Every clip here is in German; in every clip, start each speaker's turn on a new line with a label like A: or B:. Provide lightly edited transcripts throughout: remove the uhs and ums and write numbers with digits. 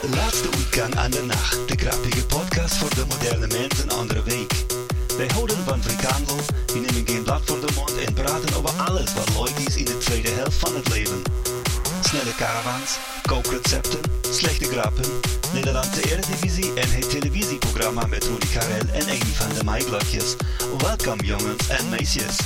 A: Laatste uitgang aan de nacht. De grappige podcast voor de moderne mens een andere week. Wij houden van frikandel, die nemen geen blad voor de mond en praten over alles wat leuk is in de tweede helft van het leven. Snelle caravans, kookrecepten, slechte grappen, Nederlandse Eredivisie en het televisieprogramma met Rudi Carrell en een van de Maiblokjes. Welkom jongens en meisjes.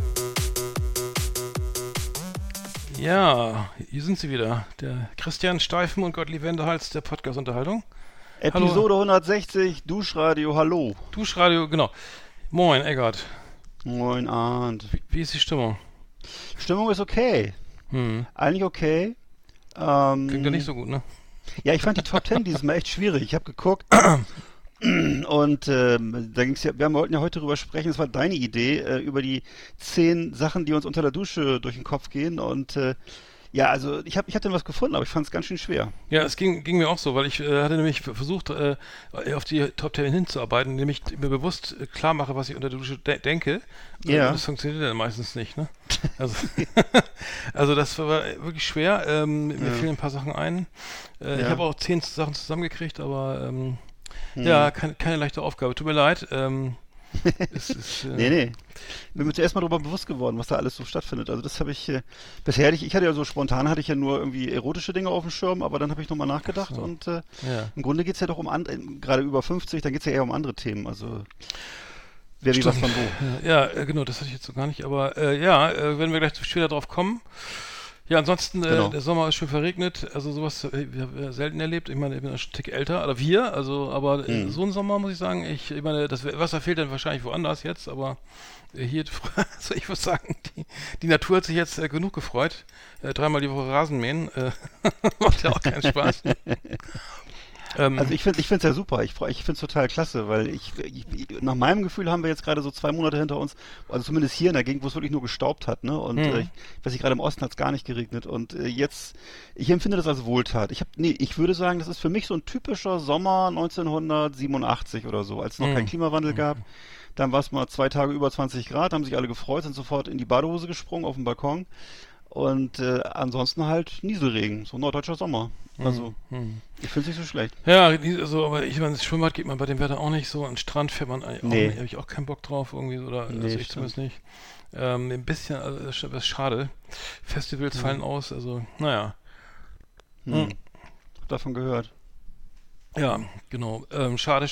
B: Ja, hier sind sie wieder. Der Christian Steifen und Gottlieb Wendehals der Podcast-Unterhaltung.
C: Episode 160, Duschradio, hallo.
B: Duschradio, genau. Moin, Eggert.
C: Moin, Arndt.
B: Wie ist die Stimmung?
C: Stimmung ist okay. Eigentlich okay.
B: Klingt ja nicht so gut, ne?
C: Ja, ich fand die Top 10 dieses Mal echt schwierig. Ich habe geguckt und da ging's ja, wir wollten ja heute drüber sprechen, das war deine Idee, über die 10 Sachen, die uns unter der Dusche durch den Kopf gehen und ja, also ich hatte was gefunden, aber ich fand es ganz schön schwer.
B: Ja, es ging mir auch so, weil ich hatte nämlich versucht, auf die Top 10 hinzuarbeiten, indem ich mir bewusst klar mache, was ich unter der Dusche denke.
C: Ja.
B: Und das funktioniert dann meistens nicht, ne? Also, also das war wirklich schwer. Mir fielen ein paar Sachen ein. Ich habe auch 10 Sachen zusammengekriegt, aber ja, keine leichte Aufgabe. Tut mir leid.
C: Nee. Bin mir zuerst mal darüber bewusst geworden, was da alles so stattfindet. Also das habe ich, bisher ich hatte ja so spontan, hatte ich ja nur irgendwie erotische Dinge auf dem Schirm, aber dann habe ich nochmal nachgedacht und im Grunde geht es ja doch um gerade über 50, dann geht es ja eher um andere Themen, also wer wie was von wo.
B: Ja, genau, das hatte ich jetzt so gar nicht, aber wenn wir gleich später drauf kommen. Ja, ansonsten,
C: genau.
B: Der Sommer ist schön verregnet, also sowas wir haben selten erlebt. Ich meine, ich bin ein Stück älter, oder wir, aber so ein Sommer, muss ich sagen, ich meine, das Wasser fehlt dann wahrscheinlich woanders jetzt, aber hier, also ich würde sagen, die Natur hat sich jetzt genug gefreut. 3-mal die Woche Rasen mähen, macht ja auch keinen Spaß.
C: Also ich finde es ja super, ich finde es total klasse, weil nach meinem Gefühl haben wir jetzt gerade so 2 Monate hinter uns, also zumindest hier in der Gegend, wo es wirklich nur gestaubt hat, ne? Und ich weiß nicht, gerade im Osten hat es gar nicht geregnet und jetzt, ich empfinde das als Wohltat. Ich würde sagen, das ist für mich so ein typischer Sommer 1987 oder so, als es noch keinen Klimawandel gab. Dann war es mal 2 Tage über 20 Grad, haben sich alle gefreut, sind sofort in die Badehose gesprungen auf den Balkon. Und ansonsten halt Nieselregen, so ein norddeutscher Sommer. Also, ich finde es nicht so schlecht.
B: Ja, also, aber ich meine, ins Schwimmbad geht man bei dem Wetter auch nicht so. An den Strand fährt man eigentlich auch nicht, habe ich auch keinen Bock drauf irgendwie, oder
C: Nee,
B: also ich zumindest nicht. Ein bisschen, also das ist schade. Festivals fallen aus, also, naja.
C: Davon gehört.
B: Ja, genau. Schade.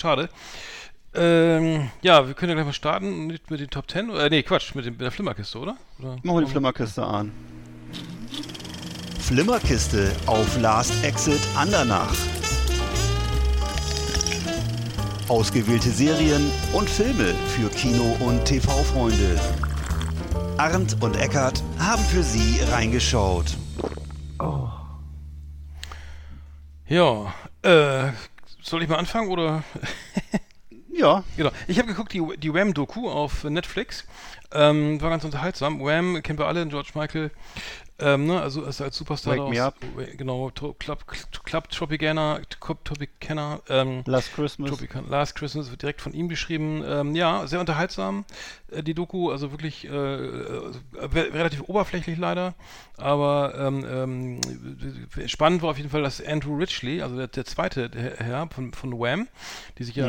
B: Ja, wir können ja gleich mal starten mit den Top 10. Quatsch, mit der Flimmerkiste, oder?
C: Machen wir die Flimmerkiste an.
A: Flimmerkiste auf Last Exit Andernach. Ausgewählte Serien und Filme für Kino- und TV-Freunde. Arndt und Eckart haben für Sie reingeschaut.
B: Oh. Ja, soll ich mal anfangen, oder?
C: Ja.
B: Genau. Ich habe geguckt, die Wham-Doku auf Netflix. War ganz unterhaltsam. Wham kennen wir alle, George Michael. Also als Superstar
C: Wake Me Up.
B: Genau, Club Tropicana,
C: Last Christmas.
B: Last Christmas wird direkt von ihm geschrieben. Ja, sehr unterhaltsam, die Doku, also wirklich relativ oberflächlich leider, aber spannend war auf jeden Fall, dass Andrew Ridgeley, also der zweite Herr von Wham, die sich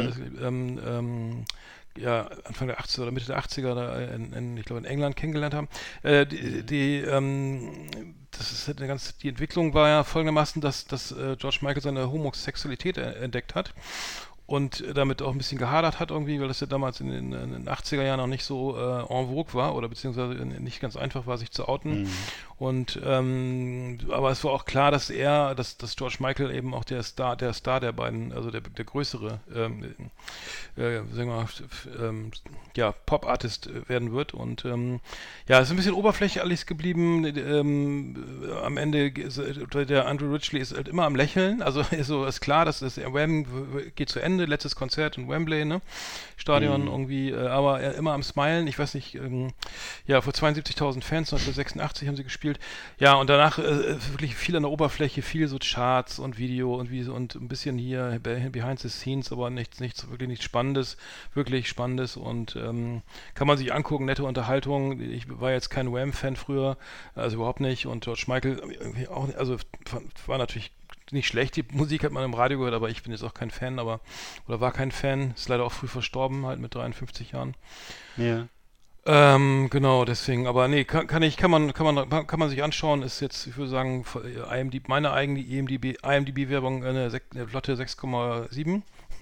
B: Anfang der 80er oder Mitte der 80er da ich glaube in England kennengelernt haben. Die Entwicklung war ja folgendermaßen, dass George Michael seine Homosexualität entdeckt hat und damit auch ein bisschen gehadert hat irgendwie, weil das ja damals in den 80er Jahren noch nicht so en vogue war oder beziehungsweise nicht ganz einfach war, sich zu outen. Und aber es war auch klar, dass George Michael eben auch der Star der beiden, also der größere sagen wir mal, Pop-Artist werden wird. Und es ist ein bisschen oberflächlich geblieben. Am Ende der Andrew Ridgeley ist halt immer am Lächeln. Also ist klar, dass das Wham geht zu Ende, letztes Konzert in Wembley, ne? Stadion irgendwie, aber immer am Smilen. Ich weiß nicht, vor 72.000 Fans 1986 haben sie gespielt. Ja, und danach wirklich viel an der Oberfläche, viel so Charts und Video und ein bisschen hier behind the scenes, aber wirklich nichts Spannendes, wirklich Spannendes und kann man sich angucken, nette Unterhaltung. Ich war jetzt kein Wham-Fan früher, also überhaupt nicht, und George Michael auch, also war natürlich nicht schlecht, die Musik hat man im Radio gehört, aber ich bin jetzt auch kein Fan, oder war kein Fan, ist leider auch früh verstorben, halt mit 53 Jahren.
C: Ja.
B: Genau, deswegen, aber nee, kann man sich anschauen, ist jetzt, ich würde sagen, meine eigene IMDb-Werbung eine flotte 6,7.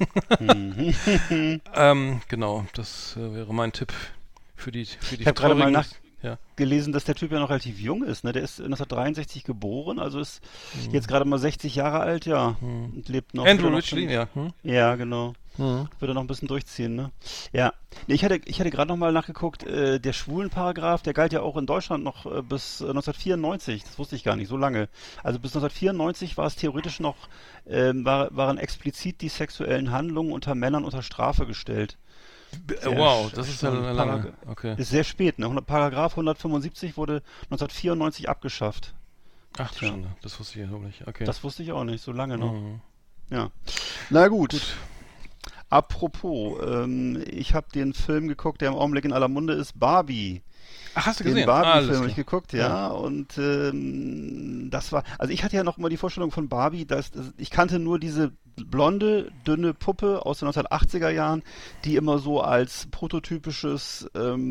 B: Genau, das wäre mein Tipp für die
C: ich habe gerade mal gelesen, dass der Typ ja noch relativ jung ist, ne? Der ist 1963 geboren, also ist jetzt gerade mal 60 Jahre alt, ja, und lebt noch.
B: Andrew Ridgeley, ja.
C: Ja, genau. Würde noch ein bisschen durchziehen, ne? Ja. Nee, ich hatte gerade noch mal nachgeguckt, der Schwulenparagraph, der galt ja auch in Deutschland noch bis 1994, das wusste ich gar nicht, so lange. Also bis 1994 war es theoretisch noch, waren explizit die sexuellen Handlungen unter Männern unter Strafe gestellt.
B: Wow, das ist ja lange. Okay.
C: Ist sehr spät, ne? Paragraph 175 wurde 1994 abgeschafft.
B: Ach du Schande, das wusste ich ja auch nicht. Okay.
C: Das wusste ich auch nicht, so lange noch. Ja. Na gut. Apropos, ich habe den Film geguckt, der im Augenblick in aller Munde ist, Barbie.
B: Ach, hast du gesehen?
C: Den Barbie-Film habe ich geguckt, ja. Und das war, also ich hatte ja noch immer die Vorstellung von Barbie, ich kannte nur diese blonde, dünne Puppe aus den 1980er Jahren, die immer so als prototypisches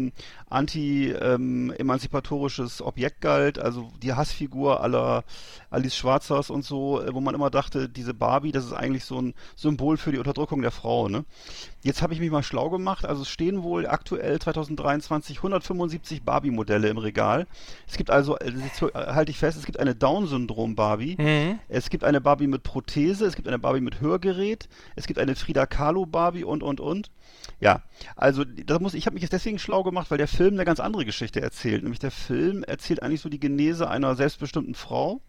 C: anti-emanzipatorisches Objekt galt, also die Hassfigur aller Alice Schwarzers und so, wo man immer dachte, diese Barbie, das ist eigentlich so ein Symbol für die Unterdrückung der Frau, ne? Jetzt habe ich mich mal schlau gemacht, also es stehen wohl aktuell 2023 175 Barbie-Modelle im Regal. Es gibt also, halte ich fest, es gibt eine Down-Syndrom-Barbie, es gibt eine Barbie mit Prothese, es gibt eine Barbie mit Hörgerät, es gibt eine Frida Kahlo-Barbie und. Ja, also ich habe mich jetzt deswegen schlau gemacht, weil der Film eine ganz andere Geschichte erzählt. Nämlich der Film erzählt eigentlich so die Genese einer selbstbestimmten Frau.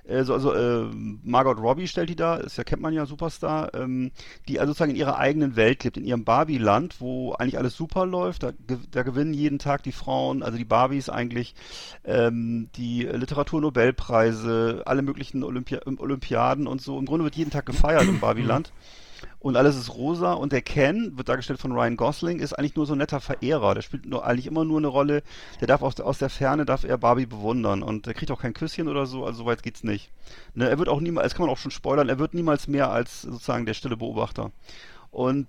C: Margot Robbie stellt die da, kennt man ja, Superstar, die also sozusagen in ihrer eigenen Welt lebt, in ihrem Barbie-Land, wo eigentlich alles super läuft. Da gewinnen jeden Tag die Frauen, also die Barbies eigentlich, die Literaturnobelpreise, alle möglichen Olympiaden und so. Im Grunde wird jeden Tag gefeiert im Barbie-Land. Und alles ist rosa und der Ken, wird dargestellt von Ryan Gosling, ist eigentlich nur so ein netter Verehrer. Der spielt eigentlich immer nur eine Rolle, der darf aus der Ferne darf er Barbie bewundern und der kriegt auch kein Küsschen oder so, also so weit geht's nicht. Ne, er wird auch niemals, das kann man auch schon spoilern, er wird niemals mehr als sozusagen der stille Beobachter. Und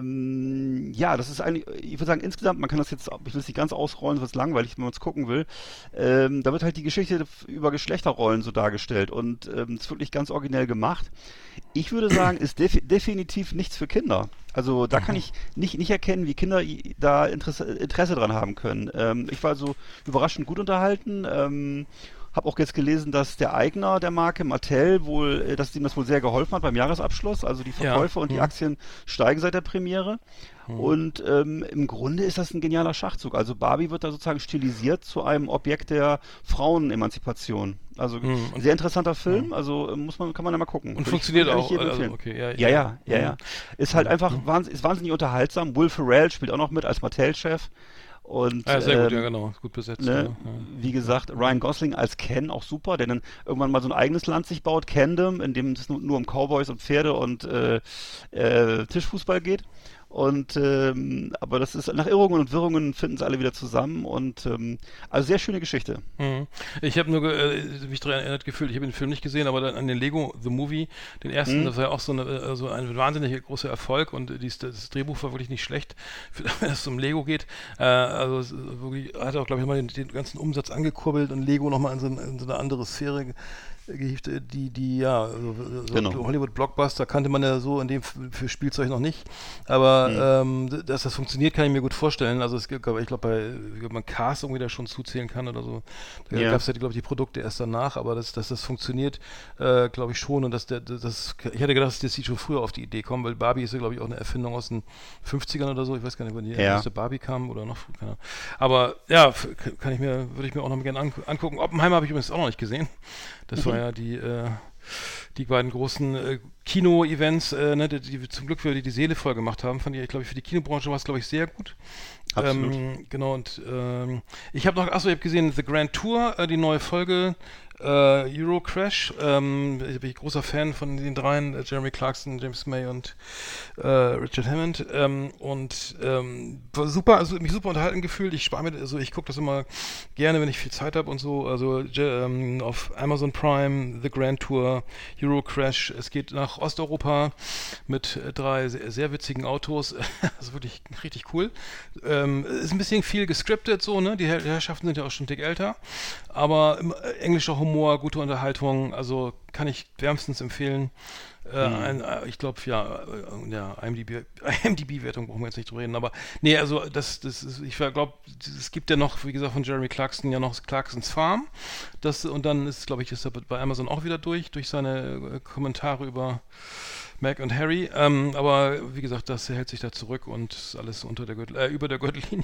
C: ja, das ist eigentlich, ich würde sagen, insgesamt, man kann das jetzt, ich will es nicht ganz ausrollen, so ist langweilig, wenn man es gucken will. Da wird halt die Geschichte über Geschlechterrollen so dargestellt und ist wirklich ganz originell gemacht. Ich würde sagen, ist definitiv nichts für Kinder. Also da kann ich nicht erkennen, wie Kinder da Interesse dran haben können. Ich war so überraschend gut unterhalten. Habe auch jetzt gelesen, dass der Eigner der Marke, Mattel, dass ihm das wohl sehr geholfen hat beim Jahresabschluss. Also die Verkäufe und die Aktien steigen seit der Premiere. Und im Grunde ist das ein genialer Schachzug. Also Barbie wird da sozusagen stilisiert zu einem Objekt der Frauenemanzipation. Also sehr interessanter Film. Also kann man ja mal gucken.
B: Und funktioniert auch.
C: Also, okay, ja. Ist halt einfach ist wahnsinnig unterhaltsam. Will Ferrell spielt auch noch mit als Mattel-Chef. Und,
B: sehr gut, ja genau, gut besetzt.
C: Ne,
B: ja.
C: Wie gesagt, Ryan Gosling als Ken auch super, der dann irgendwann mal so ein eigenes Land sich baut, Kendom, in dem es nur um Cowboys und Pferde und Tischfußball geht. Und aber das ist nach Irrungen und Wirrungen finden sie alle wieder zusammen und also sehr schöne Geschichte.
B: Ich habe nur mich daran erinnert gefühlt, ich habe den Film nicht gesehen, aber dann an den Lego The Movie, den ersten, das war ja auch so ein wahnsinnig großer Erfolg und das Drehbuch war wirklich nicht schlecht, wenn es um Lego geht. Also wirklich, hat auch, glaube ich, mal den ganzen Umsatz angekurbelt und Lego nochmal in so eine andere Sphäre gehievt, Hollywood-Blockbuster kannte man ja so in dem für Spielzeug noch nicht, aber dass das funktioniert, kann ich mir gut vorstellen. Also ich glaube, man Cars irgendwie da schon zuzählen kann oder so. Da gab es ja, glaube ich, die Produkte erst danach, aber dass das funktioniert, glaube ich schon. Und ich hatte gedacht, dass die schon früher auf die Idee kommen, weil Barbie ist ja, glaube ich, auch eine Erfindung aus den 50ern oder so. Ich weiß gar nicht, wann die erste Barbie kam oder noch früher. Aber ja, würde ich mir auch noch mal gerne angucken. Oppenheimer habe ich übrigens auch noch nicht gesehen. Das war ja die beiden großen Kino-Events, die zum Glück für die Seele voll gemacht haben, fand ich, glaube ich, für die Kinobranche war es, glaube ich, sehr gut.
C: Absolut.
B: Genau, und ich habe gesehen, The Grand Tour, die neue Folge Euro Crash, bin ich großer Fan von den dreien, Jeremy Clarkson, James May und Richard Hammond, war super, also mich super unterhalten gefühlt. Ich gucke das immer gerne, wenn ich viel Zeit habe und so. Also auf Amazon Prime, The Grand Tour, Euro Crash. Es geht nach Osteuropa mit 3 sehr, sehr witzigen Autos. Das ist wirklich richtig cool. Ist ein bisschen viel gescriptet so, ne? Die Herrschaften sind ja auch schon dick älter, aber englischer Humor, gute Unterhaltung, also kann ich wärmstens empfehlen. Ich glaube, IMDb-Wertung brauchen wir jetzt nicht drüber reden, aber nee, also ich glaube, es gibt ja noch, wie gesagt, von Jeremy Clarkson ja noch Clarksons Farm. Und dann ist, glaube ich, ist er bei Amazon auch wieder durch seine Kommentare über Meg und Harry, aber wie gesagt, das hält sich da zurück und ist alles über der Gürtellinie.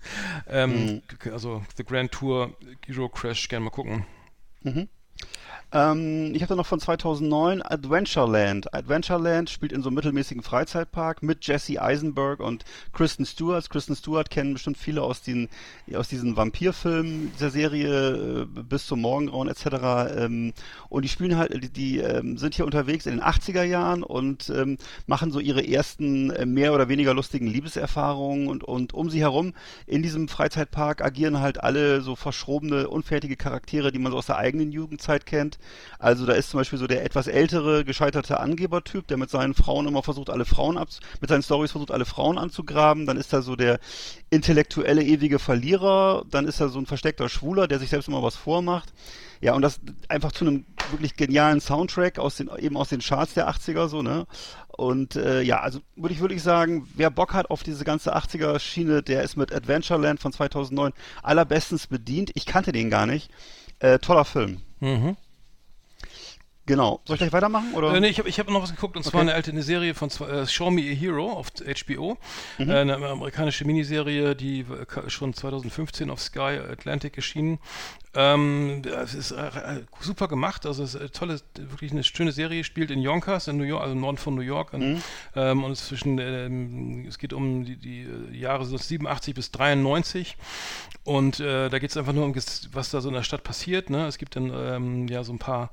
B: Also The Grand Tour, Euro Crash, gerne mal gucken.
C: Mhm. Ich habe da noch von 2009 Adventureland. Adventureland spielt in so einem mittelmäßigen Freizeitpark mit Jesse Eisenberg und Kristen Stewart. Kristen Stewart kennen bestimmt viele aus diesen Vampirfilmen dieser Serie bis zum Morgengrauen etc. Und die spielen halt, die sind hier unterwegs in den 80er Jahren und machen so ihre ersten mehr oder weniger lustigen Liebeserfahrungen und um sie herum in diesem Freizeitpark agieren halt alle so verschrobene, unfertige Charaktere, die man so aus der eigenen Jugendzeit kennt. Also da ist zum Beispiel so der etwas ältere, gescheiterte Angebertyp, der mit seinen Frauen immer versucht, mit seinen Storys versucht, alle Frauen anzugraben. Dann ist da so der intellektuelle, ewige Verlierer. Dann ist da so ein versteckter Schwuler, der sich selbst immer was vormacht. Ja, und das einfach zu einem wirklich genialen Soundtrack aus den Charts der 80er so, ne? Und also würde ich wirklich sagen, wer Bock hat auf diese ganze 80er-Schiene, der ist mit Adventureland von 2009 allerbestens bedient. Ich kannte den gar nicht. Toller Film.
B: Mhm.
C: Genau. Soll ich gleich weitermachen? Oder?
B: Nee, ich hab noch was geguckt, und zwar eine Serie von Show Me a Hero auf HBO. Eine amerikanische Miniserie, die schon 2015 auf Sky Atlantic erschienen. Es ist super gemacht, also es ist wirklich eine schöne Serie, spielt in Yonkers, in New York, also im Norden von New York. Und es geht um die Jahre so 87 bis 93. Und da geht es einfach nur um, was da so in der Stadt passiert. Ne? Es gibt dann so ein paar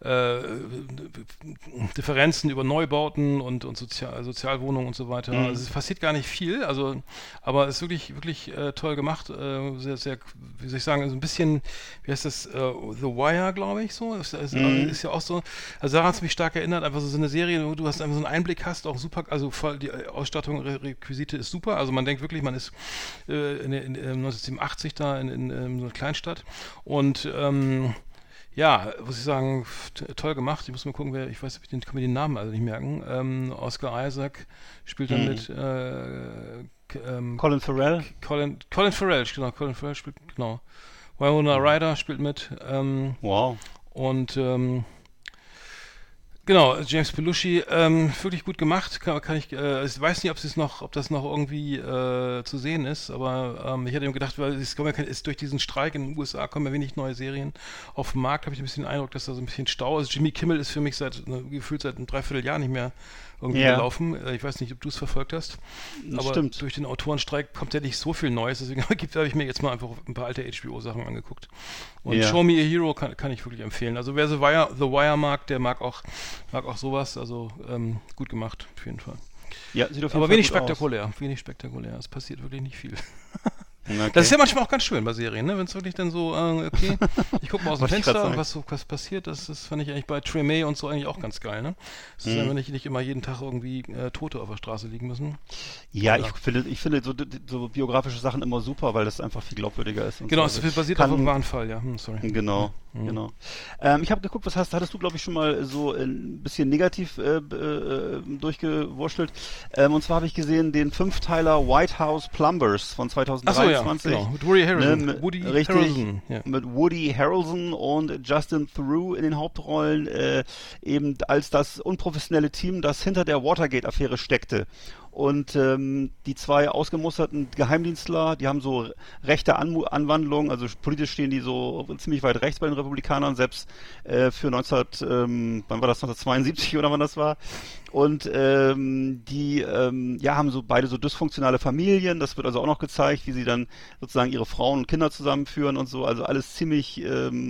B: Differenzen über Neubauten und Sozialwohnungen und so weiter. Also es passiert gar nicht viel, aber es ist wirklich, wirklich toll gemacht. Sehr, sehr, wie soll ich sagen, so ein bisschen, wie heißt das, The Wire, glaube ich, so. Ist ja auch so, also daran hat es mich stark erinnert, einfach so eine Serie, wo du hast einfach so einen Einblick hast, auch super, also voll die Ausstattung, Requisite ist super, also man denkt wirklich, man ist in 1987 da in so einer Kleinstadt und muss ich sagen, toll gemacht. Ich muss mal gucken, ich weiß, kann mir den Namen also nicht merken. Oscar Isaac spielt dann mit
C: Colin Farrell.
B: Colin Farrell, genau. Colin Farrell spielt, genau. Winona Ryder spielt mit.
C: Wow.
B: Und genau, James Belushi, wirklich gut gemacht. Ich weiß nicht, ob das noch irgendwie zu sehen ist, aber ich hatte ihm gedacht, weil es durch diesen Streik in den USA kommen ja wenig neue Serien auf den Markt, habe ich ein bisschen den Eindruck, dass da so ein bisschen Stau ist. Jimmy Kimmel ist für mich gefühlt seit einem Dreivierteljahr nicht mehr irgendwie gelaufen. Ich weiß nicht, ob du es verfolgt hast. Aber
C: stimmt.
B: Durch den Autorenstreik kommt ja nicht so viel Neues, deswegen habe ich mir jetzt mal einfach ein paar alte HBO-Sachen angeguckt. Und Show Me a Hero kann ich wirklich empfehlen. Also wer The Wire mag, der mag auch sowas. Also gut gemacht, auf jeden Fall.
C: Ja, sieht auf jeden
B: Aber
C: Fall
B: wenig
C: gut
B: spektakulär. Es passiert wirklich nicht viel.
C: Okay.
B: Das ist ja manchmal auch ganz schön bei Serien, ne? Wenn es wirklich dann so, ich gucke mal aus dem Fenster und was passiert, das fand ich eigentlich bei Treme und so eigentlich auch ganz geil, ne? Es ist einfach nicht immer jeden Tag irgendwie Tote auf der Straße liegen müssen.
C: Ja, ich finde so biografische Sachen immer super, weil das einfach viel glaubwürdiger ist. Und
B: genau,
C: so.
B: Es basiert auf einem wahren Fall, ja. Sorry.
C: Genau. Ich habe geguckt, hattest du, glaube ich, schon mal so ein bisschen negativ durchgewurschtelt. Und zwar habe ich gesehen den 5-Teiler White House Plumbers von 2023.
B: Genau. Mit Woody Harrelson.
C: Mit Woody Harrelson und Justin Theroux in den Hauptrollen, eben als das unprofessionelle Team, das hinter der Watergate-Affäre steckte. Und die zwei ausgemusterten Geheimdienstler, die haben so rechte Anwandlungen, also politisch stehen die so ziemlich weit rechts bei den Republikanern, selbst für wann war das, 1972 oder wann das war. Und die haben so beide so dysfunktionale Familien, das wird also auch noch gezeigt, wie sie dann sozusagen ihre Frauen und Kinder zusammenführen und so, also alles ziemlich,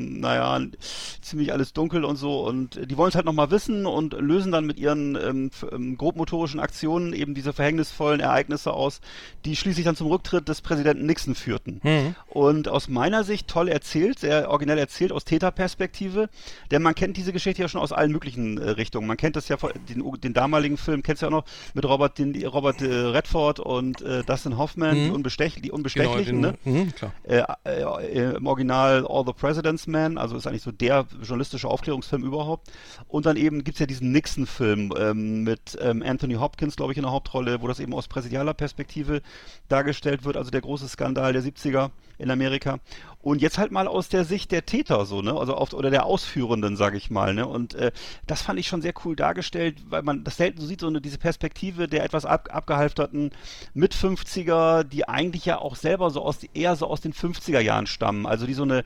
C: ziemlich alles dunkel und so, und die wollen es halt nochmal wissen und lösen dann mit ihren grobmotorischen Aktionen eben diese verhängnisvollen Ereignisse aus, die schließlich dann zum Rücktritt des Präsidenten Nixon führten. Und aus meiner Sicht toll erzählt, sehr originell erzählt, aus Täterperspektive, denn man kennt diese Geschichte ja schon aus allen möglichen Richtungen. Man kennt das ja, den damaligen Film, kennst du ja auch noch, mit Robert Redford und Dustin Hoffman, die Unbestechlichen,
B: genau,
C: ne?
B: Klar.
C: Im Original All the President's Men, also ist eigentlich so der journalistische Aufklärungsfilm überhaupt. Und dann eben gibt's ja diesen Nixon-Film mit Anthony Hopkins, glaube ich, in der Hauptrolle, wo das eben aus präsidialer Perspektive dargestellt wird, also der große Skandal der 70er in Amerika. Und jetzt halt mal aus der Sicht der Täter so, ne? Also oder der Ausführenden, sage ich mal, ne? Und das fand ich schon sehr cool dargestellt, weil man das selten so sieht, so diese Perspektive der etwas abgehalfterten Mit-50er, die eigentlich ja auch selber eher so aus den 50er Jahren stammen, also die so eine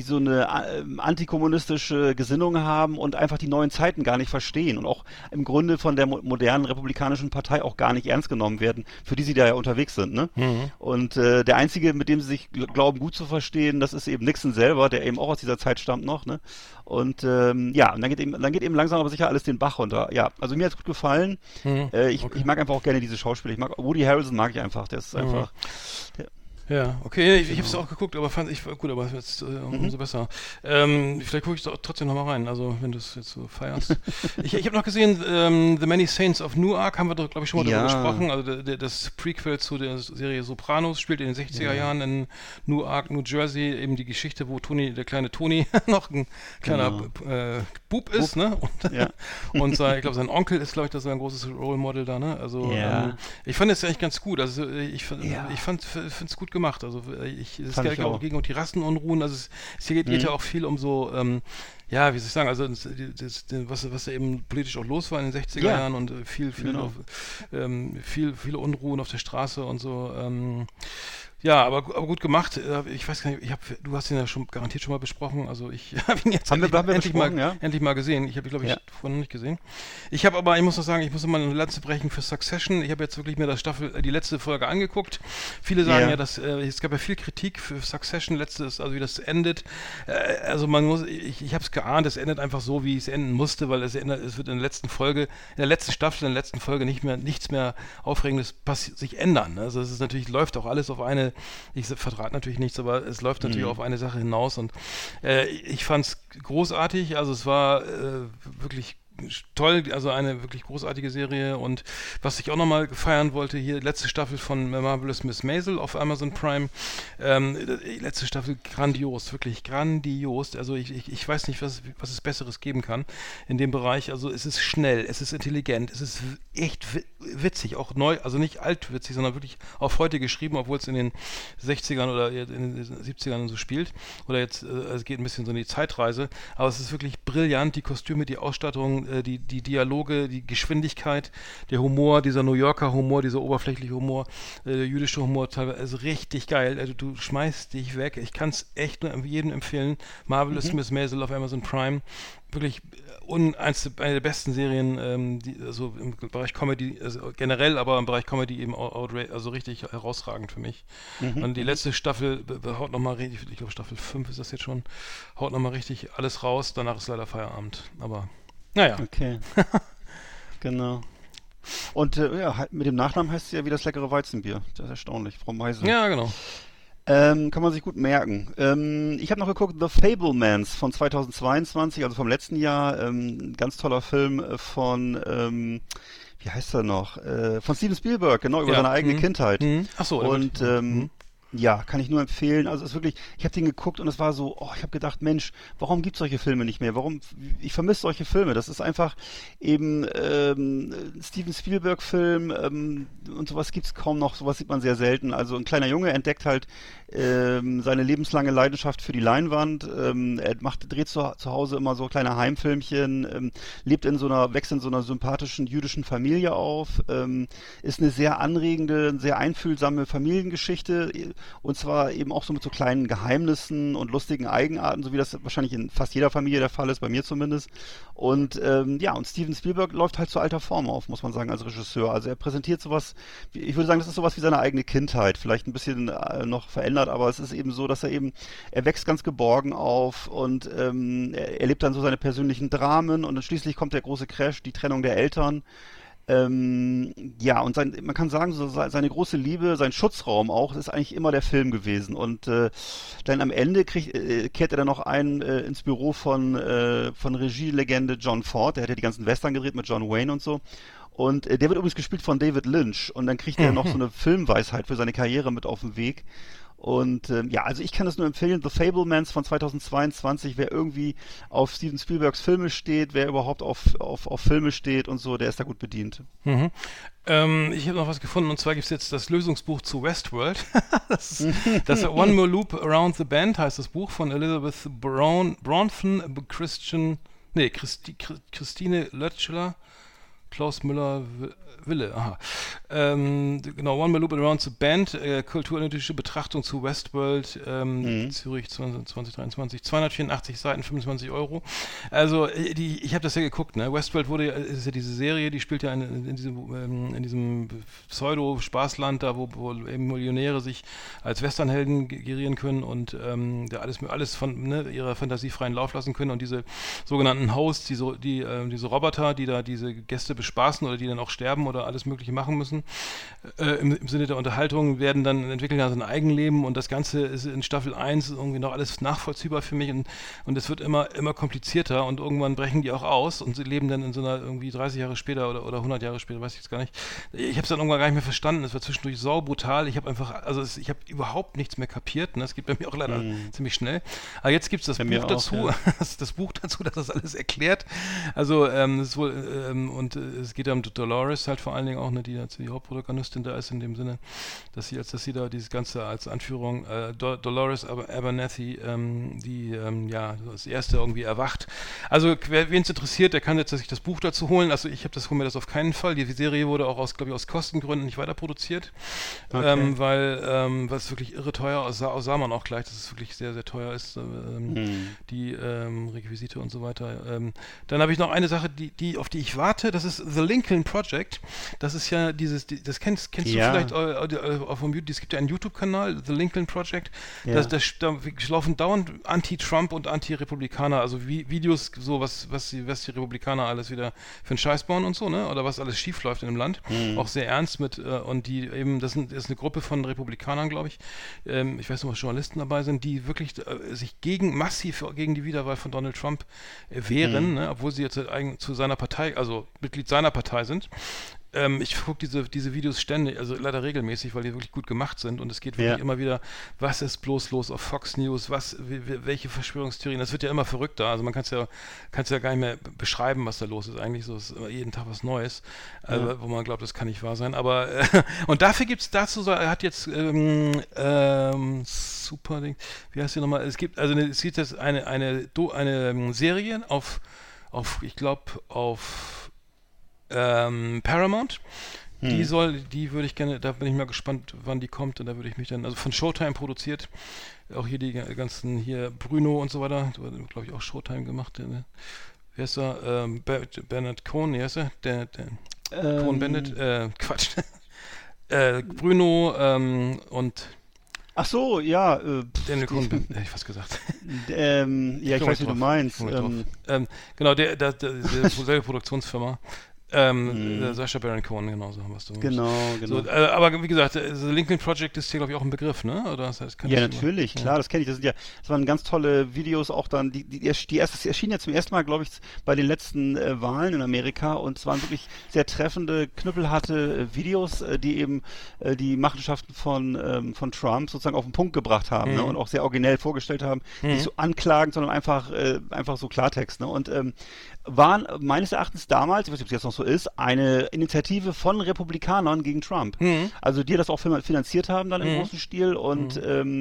C: antikommunistische Gesinnung haben und einfach die neuen Zeiten gar nicht verstehen und auch im Grunde von der modernen republikanischen Partei auch gar nicht ernst genommen werden, für die sie da ja unterwegs sind, ne? Und der Einzige, mit dem sie sich glauben, gut zu verstehen, das ist eben Nixon selber, der eben auch aus dieser Zeit stammt noch, ne? Und und dann geht eben langsam aber sicher alles den Bach runter. Ja, also mir hat's gut gefallen. Ich mag einfach auch gerne diese Schauspieler. Woody Harrelson mag ich einfach. Der ist einfach.
B: Ja, okay, ich habe es auch geguckt, aber fand ich gut, aber jetzt umso besser. Vielleicht gucke ich da trotzdem nochmal rein, also wenn du es jetzt so feierst. Ich habe noch gesehen, The Many Saints of Newark, haben wir doch, glaube ich, schon mal drüber gesprochen. Also das Prequel zu der Serie Sopranos spielt in den 60er Jahren in Newark, New Jersey, eben die Geschichte, wo der kleine Tony noch ein kleiner Bub ist, ne? Und ich glaube, sein Onkel ist, glaube ich, das ist ein großes Role Model da, ne? Also ich fand es eigentlich ganz gut. Also ich finde es gut gemacht. Also es geht auch gegen die Rassenunruhen. Also es geht ja auch viel um so, wie soll ich sagen, also was ja eben politisch auch los war in den 60er Jahren und viele Unruhen auf der Straße und so. Ja, aber gut gemacht. Ich weiß gar nicht, du hast ihn ja garantiert schon mal besprochen. Also ich habe ihn jetzt endlich mal gesehen. Ich habe ihn, glaube ich, vorher noch nicht gesehen. Ich muss noch sagen, ich muss immer eine Lanze brechen für Succession. Ich habe jetzt wirklich mir die letzte Folge angeguckt. Viele sagen es gab ja viel Kritik für Succession, also wie das endet. Also ich habe es geahnt, es endet einfach so, wie es enden musste, weil es wird in der letzten Folge nichts mehr Aufregendes sich ändern. Also es ist natürlich, läuft auch alles auf ich verrate natürlich nichts, aber es läuft natürlich auf eine Sache hinaus und ich fand es großartig, also es war wirklich toll, also eine wirklich großartige Serie und was ich auch nochmal feiern wollte, hier letzte Staffel von Marvelous Miss Maisel auf Amazon Prime, letzte Staffel grandios, wirklich grandios, also ich weiß nicht, was es Besseres geben kann in dem Bereich, also es ist schnell, es ist intelligent, es ist echt witzig, auch neu, also nicht altwitzig, sondern wirklich auf heute geschrieben, obwohl es in den 60ern oder in den 70ern so spielt oder jetzt, es geht ein bisschen so in die Zeitreise, aber es ist wirklich brillant, die Kostüme, die Ausstattung, die Dialoge, die Geschwindigkeit, der Humor, dieser New Yorker Humor, dieser oberflächliche Humor, der jüdische Humor, teilweise also richtig geil. Also du schmeißt dich weg. Ich kann es echt nur jedem empfehlen. Marvelous Miss Maisel auf Amazon Prime. Wirklich eine der besten Serien, also im Bereich Comedy, also generell, aber im Bereich Comedy eben also richtig herausragend für mich. Und die letzte Staffel haut nochmal richtig, ich glaube Staffel 5 ist das jetzt schon, haut nochmal richtig alles raus. Danach ist leider Feierabend. Aber naja.
C: Okay. Genau. Und mit dem Nachnamen heißt es ja wie das leckere Weizenbier. Das ist erstaunlich, Frau Meisel.
B: Ja, genau.
C: Kann man sich gut merken. Ich habe noch geguckt, The Fablemans von 2022, also vom letzten Jahr. Ganz toller Film von, wie heißt er noch? Von Steven Spielberg, genau, über seine eigene Kindheit.
B: Ach so.
C: Und Ja, kann ich nur empfehlen. Also es ist wirklich, ich habe den geguckt und es war so, ich habe gedacht, Mensch, warum gibt's solche Filme nicht mehr? Ich vermisse solche Filme. Das ist einfach eben Steven Spielberg-Film und sowas gibt's kaum noch, sowas sieht man sehr selten. Also ein kleiner Junge entdeckt halt seine lebenslange Leidenschaft für die Leinwand. Dreht zu Hause immer so kleine Heimfilmchen, wächst in so einer sympathischen jüdischen Familie auf, ist eine sehr anregende, sehr einfühlsame Familiengeschichte. Und zwar eben auch so mit so kleinen Geheimnissen und lustigen Eigenarten, so wie das wahrscheinlich in fast jeder Familie der Fall ist, bei mir zumindest. Und und Steven Spielberg läuft halt zu alter Form auf, muss man sagen, als Regisseur. Also er präsentiert sowas, ich würde sagen, das ist sowas wie seine eigene Kindheit, vielleicht ein bisschen noch verändert, aber es ist eben so, dass er wächst ganz geborgen auf und er erlebt dann so seine persönlichen Dramen und dann schließlich kommt der große Crash, die Trennung der Eltern. Und man kann sagen, so seine große Liebe, sein Schutzraum auch, ist eigentlich immer der Film gewesen. Und dann am Ende kehrt er dann noch ins Büro von Regielegende John Ford, der hat ja die ganzen Western gedreht mit John Wayne und so. Und der wird übrigens gespielt von David Lynch. Und dann kriegt er noch so eine Filmweisheit für seine Karriere mit auf den Weg. Und also ich kann das nur empfehlen, The Fabelmans von 2022, wer irgendwie auf Steven Spielbergs Filme steht, wer überhaupt auf Filme steht und so, der ist da gut bedient.
B: Mhm. Ich habe noch was gefunden, und zwar gibt es jetzt das Lösungsbuch zu Westworld. das One More Loop Around the Bend heißt das Buch von Elizabeth Bronfen, Christine Lötschler, Klaus Müller-Wille, genau, One More Loop Around the Bend, kulturanalytische Betrachtung zu Westworld, Zürich 2023, 284 Seiten, 25 €. Also, ich habe das ja geguckt, ne? Westworld ist ja diese Serie, die spielt ja in diesem Pseudo-Spaßland da, wo eben Millionäre sich als Westernhelden gerieren können und da alles von ihrer Fantasie freien Lauf lassen können, und diese sogenannten Hosts, diese Roboter, die da diese Gäste bespaßen oder die dann auch sterben oder alles Mögliche machen müssen, im Sinne der Unterhaltung, entwickeln dann so ein Eigenleben, und das Ganze ist in Staffel 1 irgendwie noch alles nachvollziehbar für mich, und es wird immer komplizierter, und irgendwann brechen die auch aus und sie leben dann in so einer irgendwie 30 Jahre später oder 100 Jahre später, weiß ich jetzt gar nicht. Ich habe es dann irgendwann gar nicht mehr verstanden, es war zwischendurch saubrutal, ich habe überhaupt nichts mehr kapiert, ne? Es geht bei mir auch leider ziemlich schnell. Aber jetzt gibt es das Buch dazu, das Buch dazu, das das alles erklärt. Also es ist wohl, es geht ja um Dolores halt vor allen Dingen auch, ne, die Hauptprotagonistin da ist, in dem Sinne, dass sie da dieses Ganze als Anführung, Dolores Abernathy, das erste irgendwie erwacht. Also wen es interessiert, der kann jetzt sich das Buch dazu holen. Also ich hole mir das auf keinen Fall. Die Serie wurde auch aus Kostengründen nicht weiter produziert, weil es wirklich irre teuer aussah, sah man auch gleich, dass es wirklich sehr, sehr teuer ist, die Requisite und so weiter. Dann habe ich noch eine Sache, auf die ich warte, das ist The Lincoln Project. Das ist ja das kennst du vielleicht vom YouTube, es gibt ja einen YouTube-Kanal, The Lincoln Project, da laufen dauernd Anti-Trump und Anti-Republikaner, also Videos, so was die Republikaner alles wieder für einen Scheiß bauen und so, ne, oder was alles schief läuft in dem Land, auch sehr ernst und die eben, das ist eine Gruppe von Republikanern, glaube ich, ich weiß nicht, ob Journalisten dabei sind, die wirklich sich massiv gegen die Wiederwahl von Donald Trump wehren, ne, obwohl sie jetzt zu seiner Partei, also Mitglied seiner Partei sind. Ich gucke diese Videos ständig, also leider regelmäßig, weil die wirklich gut gemacht sind, und es geht wirklich immer wieder, was ist bloß los auf Fox News, welche Verschwörungstheorien, das wird ja immer verrückter, also man kann es ja gar nicht mehr beschreiben, was da los ist, eigentlich so ist immer jeden Tag was Neues, wo man glaubt, das kann nicht wahr sein, aber und dafür er hat jetzt super Ding, wie heißt die nochmal, es gibt jetzt eine Serie auf ich glaube auf Paramount, die würde ich gerne, da bin ich mal gespannt, wann die kommt, und da würde ich mich dann, also von Showtime produziert, auch hier die ganzen, hier Bruno und so weiter, glaube ich auch Showtime gemacht, ne? Wer ist da? Bernard Cohn, wie heißt er? Der Cohn-Bendit, Quatsch. Bruno und
C: ach so, ja.
B: Daniel Cohn, hätte ich fast gesagt.
C: Ich weiß, wie du meinst.
B: Genau, dieselbe Produktionsfirma. Sacha Baron Cohen, genau so haben wir es.
C: Genau.
B: So, aber wie gesagt, The Lincoln Project ist hier, glaube ich, auch ein Begriff, ne? Oder das
C: natürlich, klar, das kenne ich. Das waren ganz tolle Videos, auch dann, das erschien ja zum ersten Mal, glaube ich, bei den letzten Wahlen in Amerika, und es waren wirklich sehr treffende, knüppelharte Videos, die eben die Machenschaften von Trump sozusagen auf den Punkt gebracht haben, ne? Und auch sehr originell vorgestellt haben, nicht so anklagend, sondern einfach so Klartext, ne? Und waren meines Erachtens damals, ich weiß nicht, ob es jetzt noch so ist, eine Initiative von Republikanern gegen Trump. Also die das auch finanziert haben dann im großen Stil, und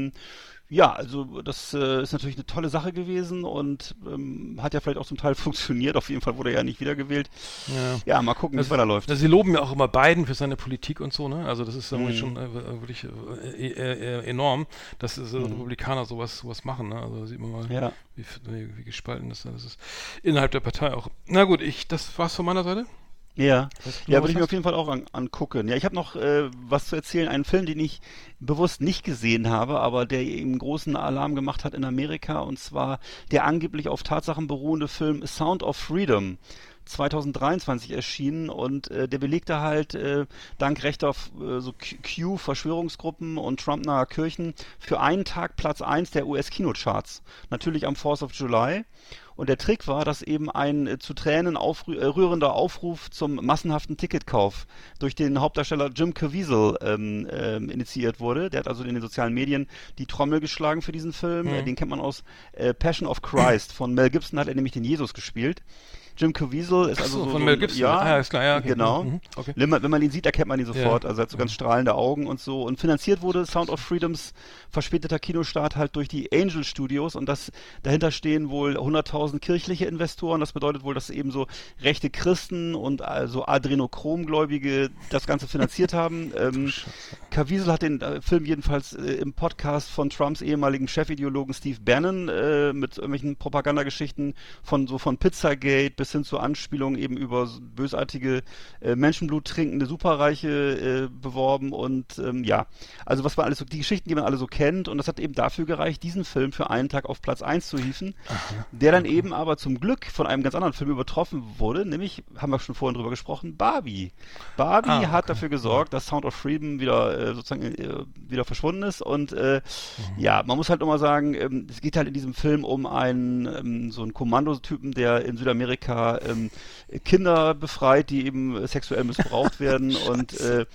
C: ja, also das ist natürlich eine tolle Sache gewesen, und hat ja vielleicht auch zum Teil funktioniert. Auf jeden Fall wurde er ja nicht wiedergewählt. Ja, mal gucken, wie es weiterläuft.
B: Also sie loben ja auch immer Biden für seine Politik und so, ne? Also das ist schon wirklich enorm, dass Republikaner sowas machen, ne? Also da sieht man mal, wie gespalten das ist. Innerhalb der Partei auch. Na gut, das war's von meiner Seite.
C: Ja, würde ich mir auf jeden Fall auch angucken. Ja, ich habe noch was zu erzählen, einen Film, den ich bewusst nicht gesehen habe, aber der eben großen Alarm gemacht hat in Amerika, und zwar der angeblich auf Tatsachen beruhende Film Sound of Freedom. 2023 erschienen, und der belegte halt dank rechter so Q-Verschwörungsgruppen und Trump-naher Kirchen für einen Tag Platz 1 der US-Kinocharts. Natürlich am 4th of July. Und der Trick war, dass eben ein zu Tränen rührender Aufruf zum massenhaften Ticketkauf durch den Hauptdarsteller Jim Caviezel initiiert wurde. Der hat also in den sozialen Medien die Trommel geschlagen für diesen Film. Den kennt man aus Passion of Christ. Von Mel Gibson hat er nämlich den Jesus gespielt. Jim Caviezel ist also so
B: von Mel Gibson.
C: Ja,
B: ist klar, ja, okay.
C: Genau. Okay. Wenn man ihn sieht, erkennt man ihn sofort. Also er hat so ganz strahlende Augen und so. Und finanziert wurde Sound of Freedoms verspäteter Kinostart halt durch die Angel Studios, und dahinter stehen wohl 100.000 kirchliche Investoren. Das bedeutet wohl, dass eben so rechte Christen und also Adrenochromgläubige das Ganze finanziert haben. Caviezel hat den Film jedenfalls im Podcast von Trumps ehemaligen Chefideologen Steve Bannon mit irgendwelchen Propagandageschichten von Pizzagate bis hin zu Anspielungen eben über bösartige Menschenblut trinkende Superreiche beworben, und also was man alles so, die Geschichten, die man alle so kennt, und das hat eben dafür gereicht, diesen Film für einen Tag auf Platz 1 zu hieven, der dann eben aber zum Glück von einem ganz anderen Film übertroffen wurde, nämlich, haben wir schon vorhin drüber gesprochen, Barbie. Barbie hat dafür gesorgt, dass Sound of Freedom wieder wieder verschwunden ist, und man muss halt nochmal sagen, es geht halt in diesem Film um einen so einen Kommandotypen, der in Südamerika Kinder befreit, die eben sexuell missbraucht werden, und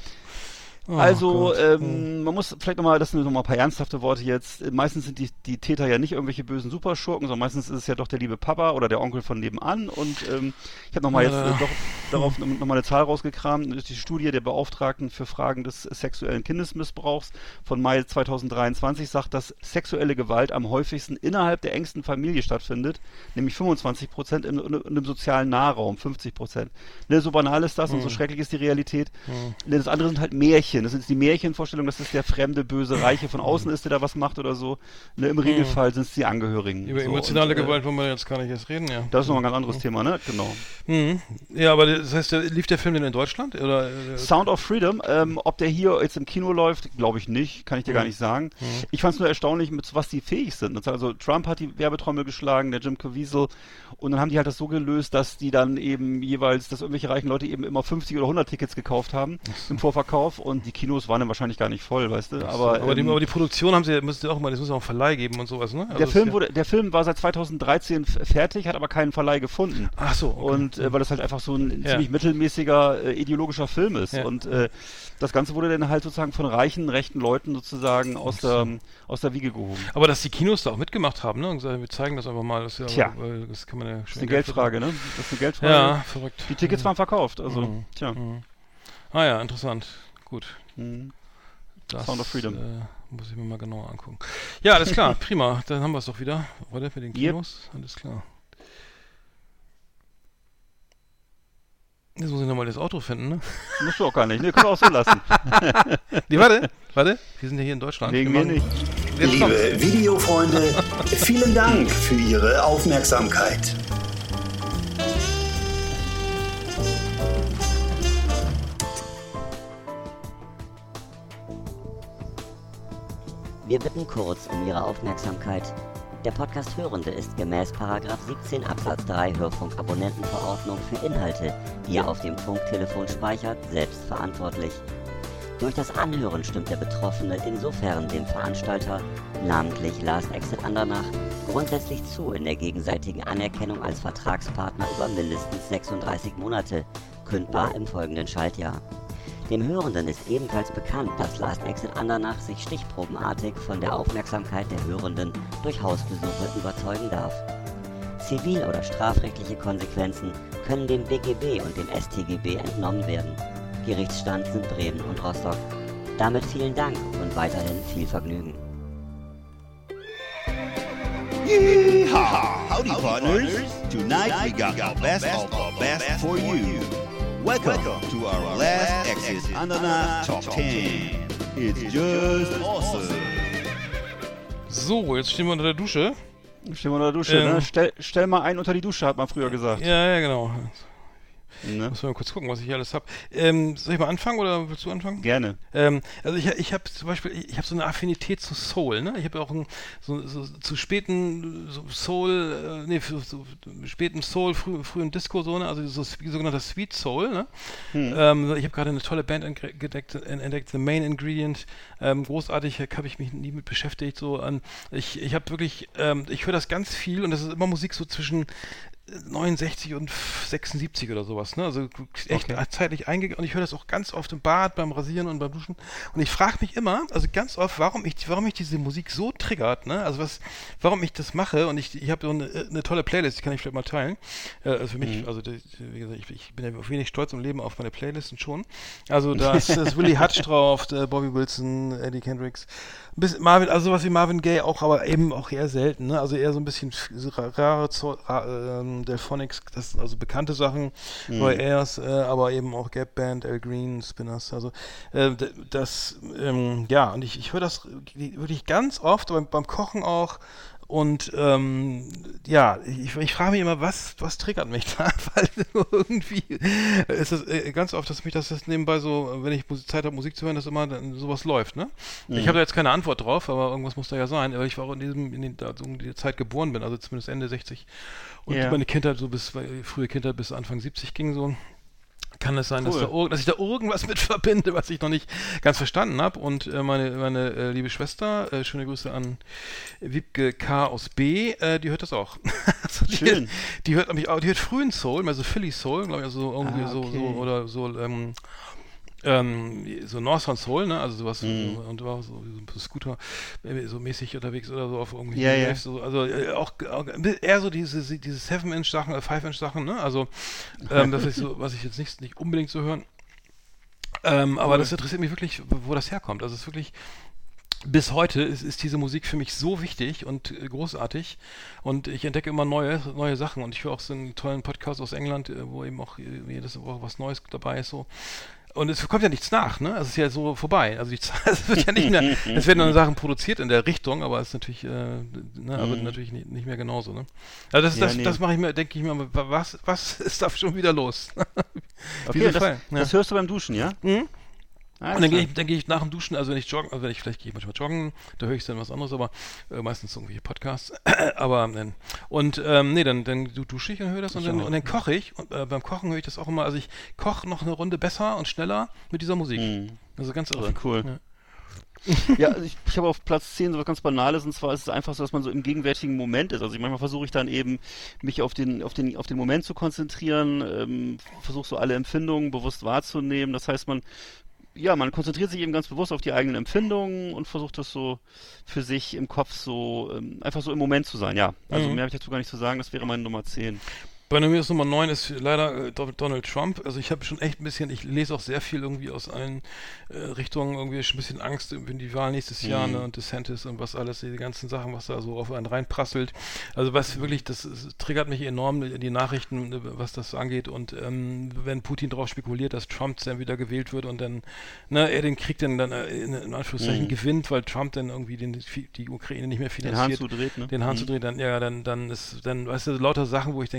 C: man muss vielleicht nochmal, das sind nochmal ein paar ernsthafte Worte jetzt, meistens sind die Täter ja nicht irgendwelche bösen Superschurken, sondern meistens ist es ja doch der liebe Papa oder der Onkel von nebenan, und ich habe nochmal darauf nochmal eine Zahl rausgekramt. Das ist die Studie der Beauftragten für Fragen des sexuellen Kindesmissbrauchs von Mai 2023, sagt, dass sexuelle Gewalt am häufigsten innerhalb der engsten Familie stattfindet, nämlich 25%, im sozialen Nahraum 50%. Ne, so banal ist das und so schrecklich ist die Realität. Ne, das andere sind halt Märchen. Das sind die Märchenvorstellungen, dass es der fremde, böse Reiche von außen ist, der da was macht oder so. Ne, im Regelfall sind es die Angehörigen.
B: Über emotionale Gewalt wollen wir jetzt gar nicht erst reden, ja.
C: Das ist nochmal ein ganz anderes Thema, ne? Genau.
B: Ja, aber das heißt, lief der Film denn in Deutschland? Oder?
C: Sound of Freedom, ob der hier jetzt im Kino läuft, glaube ich nicht, kann ich dir gar nicht sagen. Ich fand es nur erstaunlich, mit was die fähig sind. Also Trump hat die Werbetrommel geschlagen, der Jim Caviezel, und dann haben die halt das so gelöst, dass die dann eben jeweils, dass irgendwelche reichen Leute eben immer 50 oder 100 Tickets gekauft haben im Vorverkauf, und die Kinos waren dann wahrscheinlich gar nicht voll, weißt du.
B: Aber die Produktion müssen auch mal, das muss auch einen Verleih geben und sowas, ne?
C: Also der Film war seit 2013 fertig, hat aber keinen Verleih gefunden.
B: Ach so. Okay.
C: Und weil das halt einfach so ein ziemlich mittelmäßiger ideologischer Film ist. Ja. Und das Ganze wurde dann halt sozusagen von reichen, rechten Leuten sozusagen aus der Wiege gehoben.
B: Aber dass die Kinos da auch mitgemacht haben, ne? Und wir zeigen das einfach mal. Das ist ja, das kann man ja
C: das ist eine Geldfrage, ne? Das ist eine Geldfrage.
B: Ja, verrückt.
C: Die Tickets waren verkauft, also,
B: Ah ja, interessant. Gut.
C: Sound of Freedom.
B: Muss ich mir mal genauer angucken. Ja, alles klar, prima. Dann haben wir es doch wieder. Oder mit den Kinos? Yep. Alles klar. Jetzt muss ich nochmal das Auto finden, ne?
C: Musst du auch gar nicht. Ne, können wir auch so lassen.
B: Nee, warte. Wir sind ja hier in Deutschland.
C: Wegen mir nicht.
A: Liebe Videofreunde, vielen Dank für Ihre Aufmerksamkeit.
D: Wir bitten kurz um Ihre Aufmerksamkeit. Der Podcast Hörende ist gemäß § 17 Absatz 3 Hörfunkabonnentenverordnung für Inhalte, die er auf dem Funktelefon speichert, selbst verantwortlich. Durch das Anhören stimmt der Betroffene insofern dem Veranstalter, namentlich Last Exit Andernach, grundsätzlich zu in der gegenseitigen Anerkennung als Vertragspartner über mindestens 36 Monate, kündbar im folgenden Schaltjahr. Dem Hörenden ist ebenfalls bekannt, dass Last Exit Andernach sich stichprobenartig von der Aufmerksamkeit der Hörenden durch Hausbesuche überzeugen darf. Zivil- oder strafrechtliche Konsequenzen können dem BGB und dem StGB entnommen werden. Gerichtsstand sind Bremen und Rostock. Damit vielen Dank und weiterhin viel Vergnügen.
E: Yeehaw! Howdy, partners! Tonight we got our best of our best for you. Welcome to our Last Exit Andernach Top 10. It's just awesome.
B: So, jetzt stehen wir unter der Dusche.
C: Ne? Stell mal einen unter die Dusche, hat man früher gesagt.
B: Ja, genau.
C: Ne?
B: Muss mal kurz gucken, was ich hier alles habe. Soll ich mal anfangen oder willst du anfangen?
C: Gerne.
B: Also ich habe zum Beispiel, ich habe so eine Affinität zu Soul, ne? Ich habe ja auch so zu späten Soul, späten Soul, frühen Disco, so, ne? Also so sogenannter Sweet Soul, ne? Ich habe gerade eine tolle Band entdeckt, The Main Ingredient. Großartig, habe ich mich nie mit beschäftigt, so an. Ich habe wirklich, ich höre das ganz viel und das ist immer Musik so zwischen 69 und 76 oder sowas, ne? Also echt zeitlich eingegangen und ich höre das auch ganz oft im Bad, beim Rasieren und beim Duschen und ich frage mich immer, also ganz oft, warum mich diese Musik so triggert, ne? Also warum ich das mache und ich habe so eine tolle Playlist, die kann ich vielleicht mal teilen. Also für mich, also wie gesagt, ich bin ja wenig stolz im Leben auf meine Playlisten schon. Also da ist Willie Hutch drauf, Bobby Wilson, Eddie Kendricks, Marvin, also sowas wie Marvin Gaye auch, aber eben auch eher selten, ne? Also eher so ein bisschen so rare Delphonics, das sind also bekannte Sachen, Roy Ayers, aber eben auch Gap Band, Al Green, Spinners, also und ich höre das wirklich ganz oft, beim Kochen auch und ich frage mich immer, was triggert mich da, weil irgendwie ist es ganz oft, dass mich das nebenbei so, wenn ich Zeit habe, Musik zu hören, dass immer dann sowas läuft, ne? Ich habe da jetzt keine Antwort drauf, aber irgendwas muss da ja sein, weil ich auch in der Zeit geboren bin, also zumindest Ende 60 und meine Kindheit frühe Kindheit bis Anfang 70 ging so. Kann es sein, dass ich da irgendwas mit verbinde, was ich noch nicht ganz verstanden habe. Und meine liebe Schwester, schöne Grüße an Wiebke K. aus B., die hört das auch. Also
C: Schön.
B: Die hört nämlich auch, die hört frühen Soul, also Philly Soul, glaube ich, also irgendwie so Northern Soul, ne, also sowas, und war so Scooter, so mäßig unterwegs oder so auf irgendwie, so, also auch eher so diese 7-Inch-Sachen, 5-Inch-Sachen, ne, also das ist so, was ich jetzt nicht unbedingt so hören, aber das interessiert mich wirklich, wo das herkommt, also es ist wirklich, bis heute ist diese Musik für mich so wichtig und großartig und ich entdecke immer neue Sachen und ich höre auch so einen tollen Podcast aus England, wo eben auch jede Woche was Neues dabei ist, so. Und es kommt ja nichts nach, ne? Es ist ja so vorbei. Also es wird ja nicht mehr, es werden dann Sachen produziert in der Richtung, aber es ist natürlich, aber natürlich nicht mehr genauso, ne? Also das mache ich mir, denke ich mir, was ist da schon wieder los?
C: Okay, das hörst du beim Duschen, ja?
B: Mhm. Und dann gehe ich nach dem Duschen, also wenn ich joggen, vielleicht gehe ich manchmal joggen, da höre ich dann was anderes, aber meistens irgendwelche Podcasts. Aber dann dusche ich und höre das und dann koche ich. Und beim Kochen höre ich das auch immer, also ich koche noch eine Runde besser und schneller mit dieser Musik. Also ganz irre.
C: Cool. Ja. Ja, also ich habe auf Platz 10 so was ganz Banales und zwar ist es einfach so, dass man so im gegenwärtigen Moment ist. Also manchmal versuche ich dann eben, mich auf den Moment zu konzentrieren, versuche so alle Empfindungen bewusst wahrzunehmen. Das heißt, man konzentriert sich eben ganz bewusst auf die eigenen Empfindungen und versucht das so für sich im Kopf so, einfach so im Moment zu sein, ja. Also mehr habe ich dazu gar nicht zu sagen, das wäre meine Nummer 10.
B: Bei mir ist Nummer 9 ist leider Donald Trump. Also ich habe schon echt ein bisschen, ich lese auch sehr viel irgendwie aus allen Richtungen, irgendwie ein bisschen Angst, wenn die Wahl nächstes Jahr, ne, und DeSantis und was alles, die ganzen Sachen, was da so auf einen reinprasselt. Also was wirklich, das triggert mich enorm, die Nachrichten, was das so angeht. Und wenn Putin darauf spekuliert, dass Trump dann wieder gewählt wird und dann, er den Krieg dann in Anführungszeichen gewinnt, weil Trump dann irgendwie die Ukraine nicht mehr finanziert.
C: Den Hahn zudreht, ne?
B: Den Hahn zudreht, dann, weißt du, lauter Sachen, wo ich denke, wow,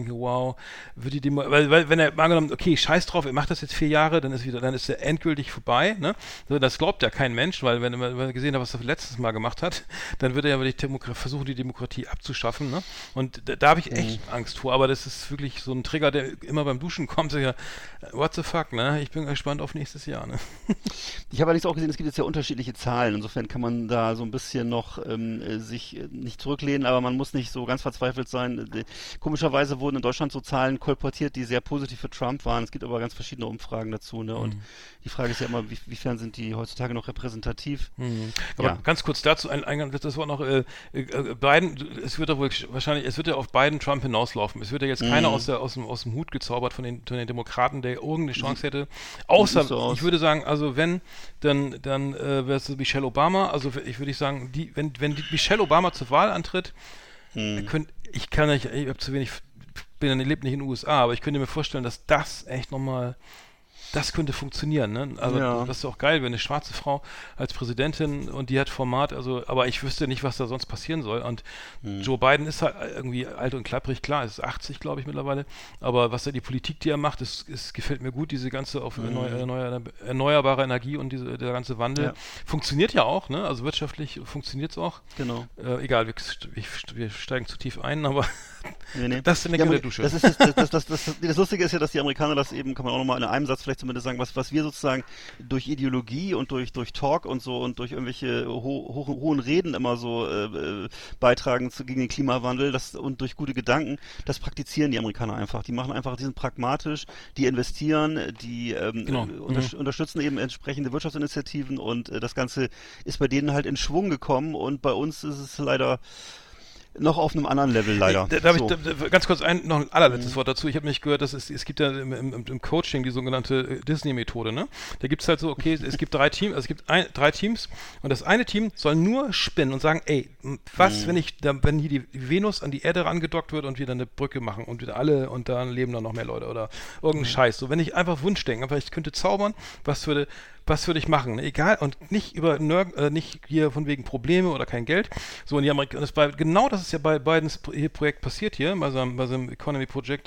B: Schwarzfrau, wird die Demo, weil wenn er mal angenommen, okay, scheiß drauf, er macht das jetzt 4 Jahre, dann ist er endgültig vorbei, ne? Das glaubt ja kein Mensch, weil wenn er gesehen hat, was er letztes Mal gemacht hat, dann wird er ja versuchen, die Demokratie abzuschaffen, ne? Und da habe ich echt Angst vor, aber das ist wirklich so ein Trigger, der immer beim Duschen kommt, so ja, what the fuck, ne? Ich bin gespannt auf nächstes Jahr, ne?
C: Ich habe allerdings auch gesehen, es gibt jetzt ja unterschiedliche Zahlen, insofern kann man da so ein bisschen noch sich nicht zurücklehnen, aber man muss nicht so ganz verzweifelt sein. Komischerweise wurden in Deutschland so Zahlen kolportiert, die sehr positiv für Trump waren. Es gibt aber ganz verschiedene Umfragen dazu, ne? Und die Frage ist ja immer, wiefern sind die heutzutage noch repräsentativ?
B: Aber ganz kurz dazu, das war noch Biden, es wird ja auf Biden Trump hinauslaufen. Es wird ja jetzt keiner aus dem Hut gezaubert von den Demokraten, der irgendeine Chance hätte. Außer, so ich würde sagen, also wenn, dann wäre es Michelle Obama. Also ich würde sagen, wenn die Michelle Obama zur Wahl antritt, ich habe zu wenig, lebt nicht in den USA, aber ich könnte mir vorstellen, dass das echt nochmal, das könnte funktionieren, ne? Also das ist auch geil, wenn eine schwarze Frau als Präsidentin und die hat Format, also, aber ich wüsste nicht, was da sonst passieren soll. Und Joe Biden ist halt irgendwie alt und klapprig, klar, ist 80, glaube ich, mittlerweile, aber was die Politik, die er macht, gefällt mir gut, diese ganze auf erneuerbare Energie und der ganze Wandel. Funktioniert ja auch, ne? Also wirtschaftlich funktioniert es auch.
C: Genau.
B: Egal, wir steigen zu tief ein, aber das ist eine Dusche.
C: Das Lustige ist ja, dass die Amerikaner das eben, kann man auch nochmal in einem Satz vielleicht zumindest sagen, was wir sozusagen durch Ideologie und durch Talk und so und durch irgendwelche hohen Reden immer so beitragen gegen den Klimawandel und durch gute Gedanken, das praktizieren die Amerikaner einfach. Die machen einfach, die sind pragmatisch, die investieren, die unterstützen eben entsprechende Wirtschaftsinitiativen und das Ganze ist bei denen halt in Schwung gekommen und bei uns ist es leider noch auf einem anderen Level, leider.
B: Ganz kurz noch ein allerletztes Wort dazu. Ich habe nicht gehört, dass es gibt ja im Coaching die sogenannte Disney-Methode, ne? Da gibt es halt so, okay, es gibt 3 Teams, drei Teams und das eine Team soll nur spinnen und sagen, ey, was, wenn hier die Venus an die Erde rangedockt wird und wir dann eine Brücke machen und wieder alle und dann leben dann noch mehr Leute oder irgendein Scheiß. So, wenn ich einfach Wunschdenken, aber ich könnte zaubern, was würde ich machen? Egal, und nicht nicht hier von wegen Probleme oder kein Geld. So, und genau das ist ja bei Bidens Projekt passiert hier, bei seinem Economy Project,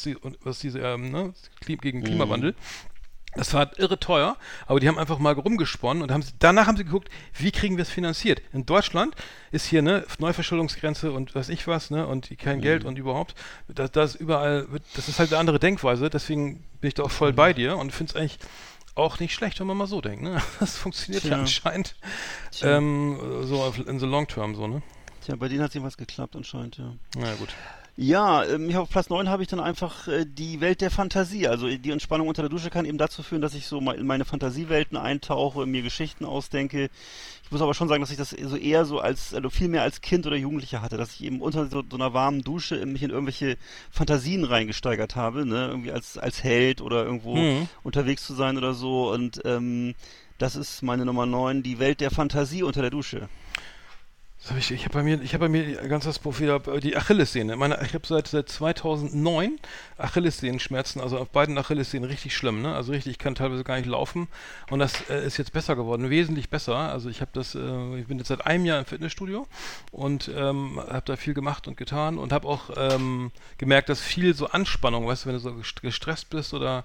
B: gegen Klimawandel. Das war irre teuer, aber die haben einfach mal rumgesponnen und danach haben sie geguckt, wie kriegen wir es finanziert. In Deutschland ist hier eine Neuverschuldungsgrenze und weiß ich was, ne, und kein Geld und überhaupt. Das ist halt eine andere Denkweise, deswegen bin ich da auch voll bei dir und finde es eigentlich auch nicht schlecht, wenn man mal so denkt, ne? Das funktioniert ja anscheinend so in the long term, so, ne?
C: Tja, bei denen hat jedenfalls geklappt anscheinend, ja.
B: Na gut.
C: Ja, auf Platz 9 habe ich dann einfach die Welt der Fantasie. Also die Entspannung unter der Dusche kann eben dazu führen, dass ich so in meine Fantasiewelten eintauche, mir Geschichten ausdenke. Ich muss aber schon sagen, dass ich das so eher so viel mehr als Kind oder Jugendlicher hatte, dass ich eben unter so einer warmen Dusche mich in irgendwelche Fantasien reingesteigert habe, ne, irgendwie als Held oder irgendwo unterwegs zu sein oder so. Und das ist meine Nummer 9, die Welt der Fantasie unter der Dusche.
B: Ich habe bei mir ganz das Profil, die Achillessehne. Ich habe seit 2009 Achillessehenschmerzen, also auf beiden Achillessehnen richtig schlimm, ne? Also richtig, ich kann teilweise gar nicht laufen und das ist jetzt besser geworden, wesentlich besser. Also ich bin jetzt seit einem Jahr im Fitnessstudio und habe da viel gemacht und getan und habe auch gemerkt, dass viel so Anspannung, weißt du, wenn du so gestresst bist oder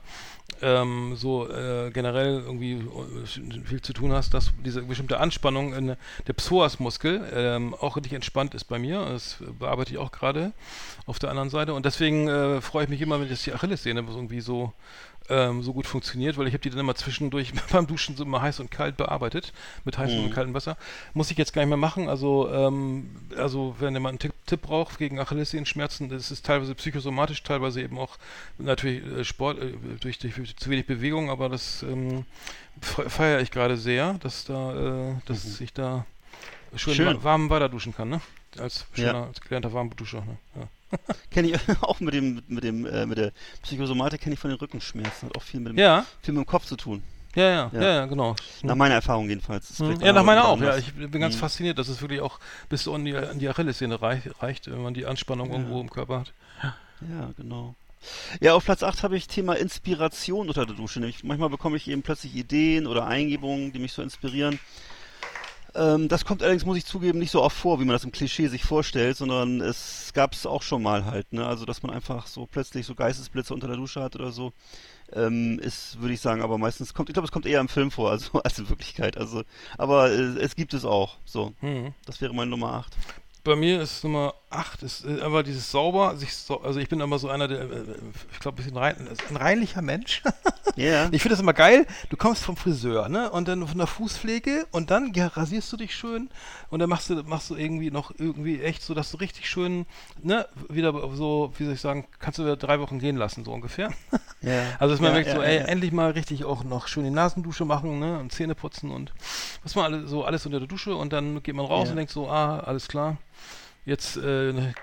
B: generell irgendwie viel zu tun hast, dass diese bestimmte Anspannung in der Psoasmuskel auch richtig entspannt ist bei mir. Das bearbeite ich auch gerade auf der anderen Seite und deswegen freue ich mich immer, wenn das die Achillessehne irgendwie so gut funktioniert, weil ich habe die dann immer zwischendurch beim Duschen so immer heiß und kalt bearbeitet, mit heißem und kaltem Wasser. Muss ich jetzt gar nicht mehr machen, also wenn jemand einen Tipp braucht gegen Achillessehenschmerzen, das ist teilweise psychosomatisch, teilweise eben auch natürlich Sport, durch zu wenig Bewegung, aber das feiere ich gerade sehr, dass ich da schön warm weiter duschen kann, ne? Als gelernter Warmduscher, ne? Ja.
C: Kenne ich auch mit der Psychosomatik, kenne ich von den Rückenschmerzen. Hat auch viel mit dem Kopf zu tun.
B: Ja, genau.
C: Nach meiner Erfahrung jedenfalls.
B: Ja, nach meiner auch. Ja, ich bin ganz fasziniert, dass es wirklich auch bis an die Achillessehne reicht, wenn man die Anspannung irgendwo im Körper hat.
C: Ja, genau. Ja, auf Platz 8 habe ich Thema Inspiration unter der Dusche. Nämlich manchmal bekomme ich eben plötzlich Ideen oder Eingebungen, die mich so inspirieren. Das kommt allerdings, muss ich zugeben, nicht so oft vor, wie man das im Klischee sich vorstellt, sondern es gab es auch schon mal halt, ne? Also, dass man einfach so plötzlich so Geistesblitze unter der Dusche hat oder so, würde ich sagen, aber meistens ich glaube, es kommt eher im Film vor, also als in Wirklichkeit. Also, aber es gibt es auch. So, das wäre meine Nummer 8.
B: Bei mir ist Nummer 8, ist aber dieses sauber, also ich bin immer so einer, der, ich glaube, ein reinlicher Mensch.
C: Ja.
B: Ich finde das immer geil, du kommst vom Friseur, ne, und dann von der Fußpflege und dann rasierst du dich schön und dann machst du irgendwie echt so, dass du richtig schön, ne, wieder so, wie soll ich sagen, kannst du wieder 3 Wochen gehen lassen, so ungefähr.
C: Ja.
B: Also, dass man wirklich so,
C: ja.
B: endlich mal richtig auch noch schön die Nasendusche machen, ne, und Zähne putzen und was man alles unter der Dusche und dann geht man raus und denkt so, alles klar. Jetzt eine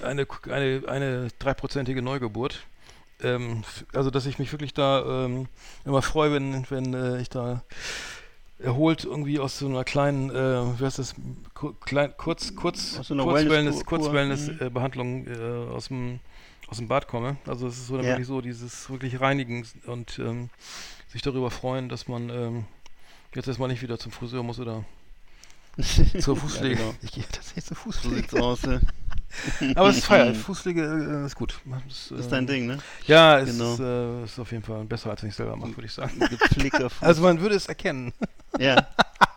B: 3%ige Neugeburt. Also, dass ich mich wirklich da immer freue, wenn ich da erholt irgendwie aus so einer kleinen, wie heißt das, Kurzwellness-Behandlung aus dem Bad komme. Also, es ist so dann wirklich so dieses wirklich Reinigen und sich darüber freuen, dass man jetzt erstmal nicht wieder zum Friseur muss oder zur Fußpflege.
C: Ja, genau.
B: Ich gehe tatsächlich zur Fußpflege.
C: So sieht's aus, ja.
B: Aber es ist feier. Fußpflege ist gut.
C: Das ist dein Ding, ne?
B: Ja,
C: Genau.
B: ist auf jeden Fall besser, als wenn ich es selber mache, würde ich sagen.
C: Gepflegter Fuß.
B: Also man würde es erkennen.
C: Ja.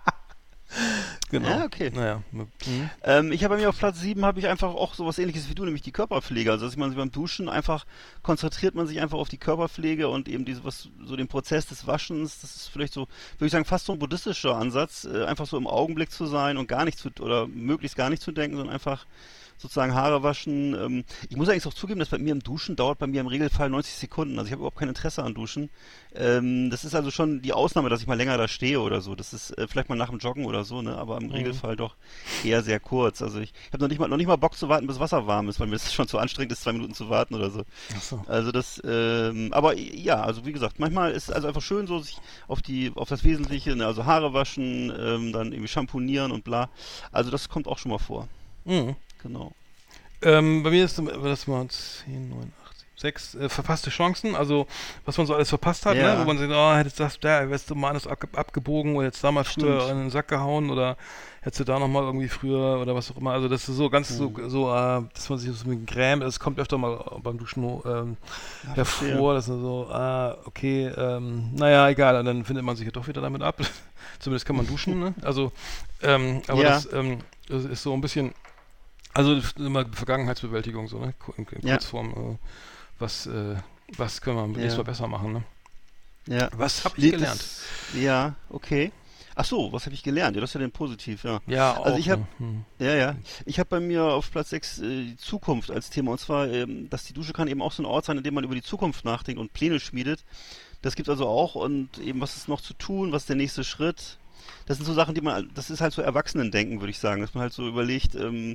B: Genau.
C: Ja, okay.
B: Naja.
C: Ich habe bei mir auf Platz 7 habe ich einfach auch sowas Ähnliches wie du, nämlich die Körperpflege. Also dass man sich beim Duschen konzentriert man sich einfach auf die Körperpflege und eben so den Prozess des Waschens. Das ist vielleicht so, würde ich sagen, fast so ein buddhistischer Ansatz, einfach so im Augenblick zu sein und möglichst gar nicht zu denken, sondern einfach sozusagen Haare waschen. Ich muss eigentlich auch zugeben, dass bei mir im Duschen dauert bei mir im Regelfall 90 Sekunden. Also ich habe überhaupt kein Interesse an Duschen. Das ist also schon die Ausnahme, dass ich mal länger da stehe oder so. Das ist vielleicht mal nach dem Joggen oder so, ne? Aber im Regelfall doch eher sehr kurz. Also ich habe noch nicht mal Bock zu warten, bis Wasser warm ist, weil mir das schon zu anstrengend ist, 2 Minuten zu warten oder so.
B: Ach so.
C: Also aber ja, also wie gesagt, manchmal ist es also einfach schön, so sich auf das Wesentliche, ne? Also Haare waschen, dann irgendwie shampoonieren und bla. Also das kommt auch schon mal vor.
B: Mhm.
C: Genau.
B: Bei mir ist das mal 10, 9, 8, 6 verpasste Chancen, also was man so alles verpasst hat,
C: Ja.
B: ne? Wo man sagt, hättest wärst du mal alles abgebogen oder jetzt da mal früher in den Sack gehauen oder hättest du da nochmal irgendwie früher oder was auch immer. Also das ist so ganz so, dass man sich so mit grämt, das kommt öfter mal beim Duschen hervor, dass man so, okay, naja, egal, und dann findet man sich ja doch wieder damit ab. Zumindest kann man duschen, ne? Also, aber das ist so ein bisschen. Also immer Vergangenheitsbewältigung, so, ne? In Kurzform, was können wir nächstes Mal besser machen, ne?
C: Ja.
B: Was habe ich gelernt?
C: Ja, okay. Ach so, was habe ich gelernt? Ja, das ist ja dann positiv, ja.
B: Ja, auch.
C: Also ich habe,
B: ne?
C: ich habe bei mir auf Platz 6 die Zukunft als Thema. Und zwar, dass die Dusche kann eben auch so ein Ort sein, in dem man über die Zukunft nachdenkt und Pläne schmiedet. Das gibt also auch und eben, was ist noch zu tun, was ist der nächste Schritt? Das sind so Sachen, das ist halt so Erwachsenendenken, würde ich sagen, dass man halt so überlegt,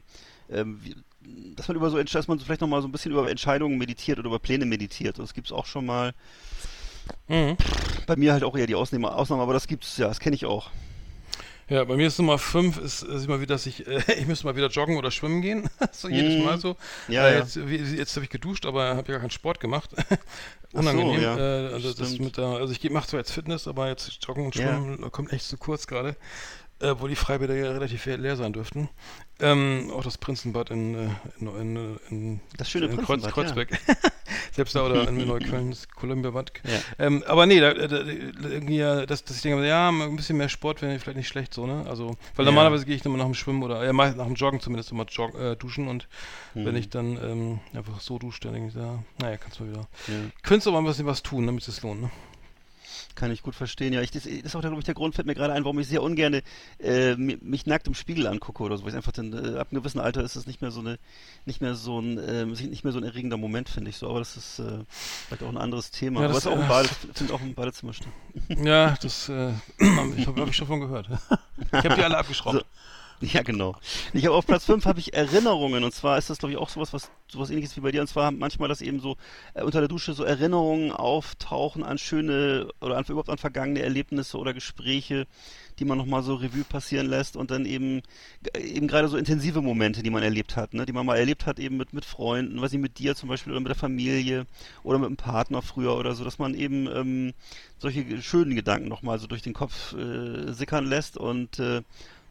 C: dass man vielleicht nochmal so ein bisschen über Entscheidungen meditiert oder über Pläne meditiert. Das gibt's auch schon mal. Bei mir halt auch eher die Ausnahme, aber das gibt's, ja, das kenne ich auch.
B: Ja, bei mir ist Nummer 5 ist immer wieder, dass ich müsste mal wieder joggen oder schwimmen gehen. So jedes Mal so.
C: Ja,
B: Jetzt habe ich geduscht, aber habe ja gar keinen Sport gemacht. Unangenehm.
C: So, ja.
B: Also ich mache zwar jetzt Fitness, aber jetzt Joggen und Schwimmen kommt echt zu kurz gerade. Wo die Freibäder ja relativ leer sein dürften. Auch das Prinzenbad in
C: das schöne Prinzenbad,
B: Kreuzberg. Ja. Selbst da oder in Neukölln, das Kolumbiabad. Ja. Aber nee, irgendwie, dass ich denke, ja, ein bisschen mehr Sport wäre vielleicht nicht schlecht so, ne? Also, weil normalerweise gehe ich immer nach dem Schwimmen oder nach dem Joggen zumindest immer duschen und wenn ich dann einfach so dusche, dann denke ich, naja, kannst du mal wieder. Ja. Könntest aber ein bisschen was tun, damit es sich lohnt, ne?
C: Kann ich gut verstehen, ja. Das ist auch, glaube ich, der Grund, fällt mir gerade ein, warum ich sehr ungern mich nackt im Spiegel angucke oder so. Weil ich einfach ab einem gewissen Alter ist es nicht mehr so ein erregender Moment, finde ich so. Aber das ist vielleicht auch ein anderes Thema.
B: Ja,
C: aber es ist auch im Badezimmer stehen.
B: Ja, das habe ich schon von gehört. Ich habe die alle abgeschraubt.
C: So. Ja, genau. Ich habe auf Platz 5 habe ich Erinnerungen und zwar ist das, glaube ich, auch sowas ähnliches wie bei dir und zwar manchmal, dass eben so unter der Dusche so Erinnerungen auftauchen an schöne oder überhaupt an vergangene Erlebnisse oder Gespräche, die man nochmal so Revue passieren lässt und dann eben gerade so intensive Momente, die man erlebt hat, ne, die man mal erlebt hat eben mit Freunden, was ich mit dir zum Beispiel oder mit der Familie oder mit einem Partner früher oder so, dass man eben solche schönen Gedanken nochmal so durch den Kopf sickern lässt und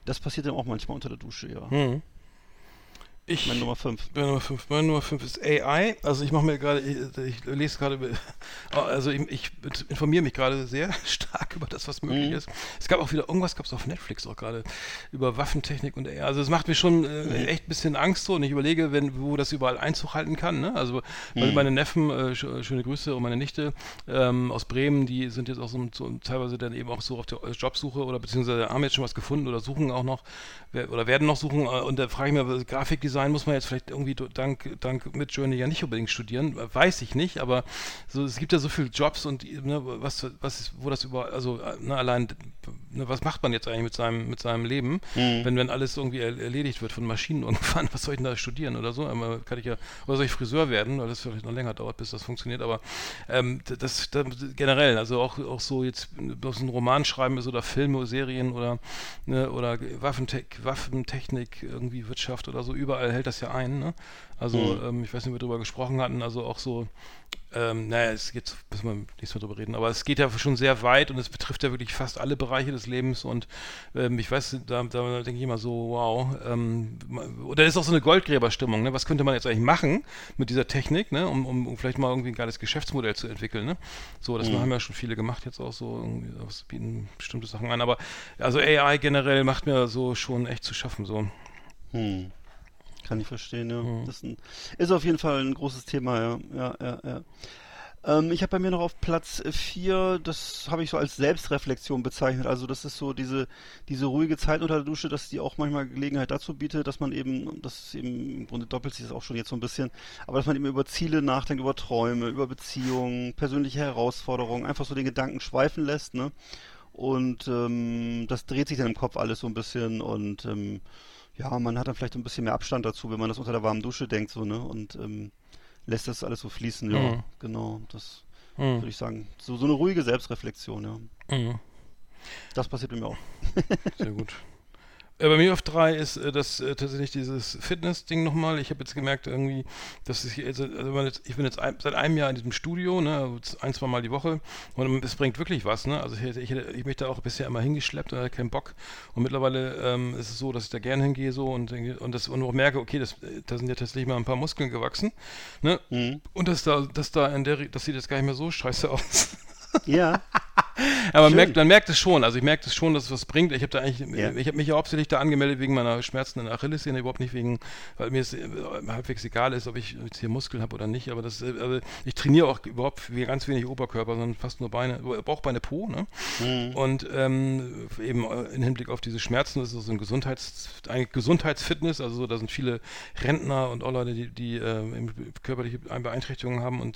C: Das passiert dann auch manchmal unter der Dusche, ja. Meine Nummer 5.
B: Meine Nummer 5 ist AI. Also ich mache mir gerade, ich lese gerade, also ich informiere mich gerade sehr stark über das, was möglich ist. Es gab auch wieder, irgendwas gab es auf Netflix auch gerade, über Waffentechnik und AI. Also es macht mir schon echt ein bisschen Angst so und ich überlege, wo das überall Einzug halten kann. Ne? Also weil meine Neffen, schöne Grüße und meine Nichte aus Bremen, die sind jetzt auch so teilweise dann eben auch so auf der Jobsuche oder beziehungsweise haben jetzt schon was gefunden oder suchen auch noch oder werden noch suchen und da frage ich mich, Grafikdesign muss man jetzt vielleicht irgendwie dank Midjourney ja nicht unbedingt studieren, weiß ich nicht, aber so, es gibt ja so viele Jobs und ne, wo das über, also ne, allein, ne, was macht man jetzt eigentlich mit seinem Leben, wenn alles irgendwie erledigt wird von Maschinen irgendwann, was soll ich denn da studieren oder so, aber oder soll ich Friseur werden, weil das vielleicht noch länger dauert, bis das funktioniert, aber das generell, also auch so jetzt, ob es ein Roman schreiben ist oder Filme, Serien oder Waffentechnik, irgendwie Wirtschaft oder so, überall hält das ja ein, ne? Also, ich weiß nicht, ob wir darüber gesprochen hatten, also auch so, es geht, müssen wir nichts mehr drüber reden, aber es geht ja schon sehr weit und es betrifft ja wirklich fast alle Bereiche des Lebens und ich weiß, da denke ich immer so, wow, oder ist auch so eine Goldgräberstimmung, ne? Was könnte man jetzt eigentlich machen mit dieser Technik, ne? Um vielleicht mal irgendwie ein geiles Geschäftsmodell zu entwickeln, ne? So, das haben ja schon viele gemacht jetzt auch so, irgendwie, das bieten bestimmte Sachen an, aber also AI generell macht mir so schon echt zu schaffen, so.
C: Kann ich verstehen, ja. Das ist auf jeden Fall ein großes Thema, ja. Ich habe bei mir noch auf Platz 4, das habe ich so als Selbstreflexion bezeichnet. Also das ist so diese ruhige Zeit unter der Dusche, dass die auch manchmal Gelegenheit dazu bietet, dass man eben, das ist eben, im Grunde doppelt sich das auch schon jetzt so ein bisschen, aber dass man eben über Ziele nachdenkt, über Träume, über Beziehungen, persönliche Herausforderungen, einfach so den Gedanken schweifen lässt, ne? Und das dreht sich dann im Kopf alles so ein bisschen und ja, man hat dann vielleicht ein bisschen mehr Abstand dazu, wenn man das unter der warmen Dusche denkt, so, ne? Und lässt das alles so fließen, ja. Genau, das würde ich sagen. So eine ruhige Selbstreflexion, ja. Das passiert bei mir auch.
B: Sehr gut. Bei mir auf 3 ist das tatsächlich dieses Fitness-Ding nochmal. Ich habe jetzt gemerkt irgendwie, dass ich bin jetzt seit einem Jahr in diesem Studio, ne, 1-2 Mal die Woche und es bringt wirklich was, ne? Also ich mich da auch bisher immer hingeschleppt und hatte keinen Bock und mittlerweile ist es so, dass ich da gerne hingehe so und auch merke, okay, da sind ja tatsächlich mal ein paar Muskeln gewachsen, ne? Und das sieht jetzt gar nicht mehr so scheiße aus.
C: Ja.
B: Aber man merkt es schon, also ich merke es schon, dass es was bringt. Ich habe mich ja hauptsächlich da angemeldet wegen meiner schmerzenden Achillessehne, überhaupt nicht weil mir es halbwegs egal ist, ob ich jetzt hier Muskeln habe oder nicht, aber ich trainiere auch überhaupt ganz wenig Oberkörper, sondern fast nur Bauchbeine, Po, ne? Und eben im Hinblick auf diese Schmerzen, das ist so ein Gesundheitsfitness, also so, da sind viele Rentner und auch Leute, die körperliche Beeinträchtigungen haben und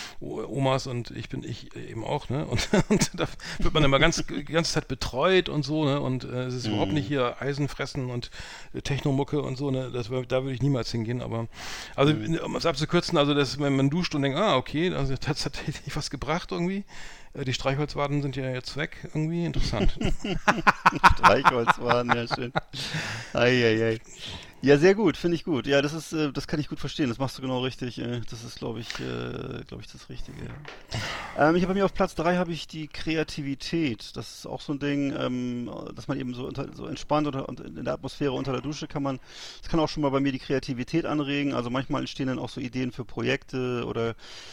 B: Omas und ich eben auch, ne? Und da wird man immer die ganze Zeit betreut und so, ne? Und es ist überhaupt nicht hier Eisen fressen und Technomucke und so, ne? Da würde ich niemals hingehen, aber also um es abzukürzen, also wenn man duscht und denkt, okay, also das hat tatsächlich was gebracht irgendwie. Die Streichholzwaden sind ja jetzt weg, irgendwie interessant.
C: Streichholzwaden, ja schön. Eieiei. Ja, sehr gut, finde ich gut. Ja, das kann ich gut verstehen. Das machst du genau richtig. Das ist, glaube ich, das Richtige. Ja. Ich habe bei mir auf Platz 3 habe ich die Kreativität. Das ist auch so ein Ding, dass man eben so entspannt und in der Atmosphäre unter der Dusche das kann auch schon mal bei mir die Kreativität anregen. Also manchmal entstehen dann auch so Ideen für Projekte oder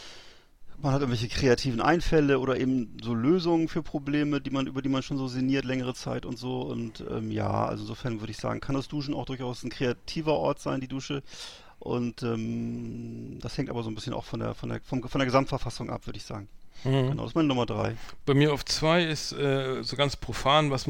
C: man hat irgendwelche kreativen Einfälle oder eben so Lösungen für Probleme, über die man schon so sinniert längere Zeit und so. Und also insofern würde ich sagen, kann das Duschen auch durchaus ein kreativer Ort sein, die Dusche. Und das hängt aber so ein bisschen auch von der Gesamtverfassung ab, würde ich sagen. Genau, das ist meine Nummer 3.
B: Bei mir auf 2 ist so ganz profan, was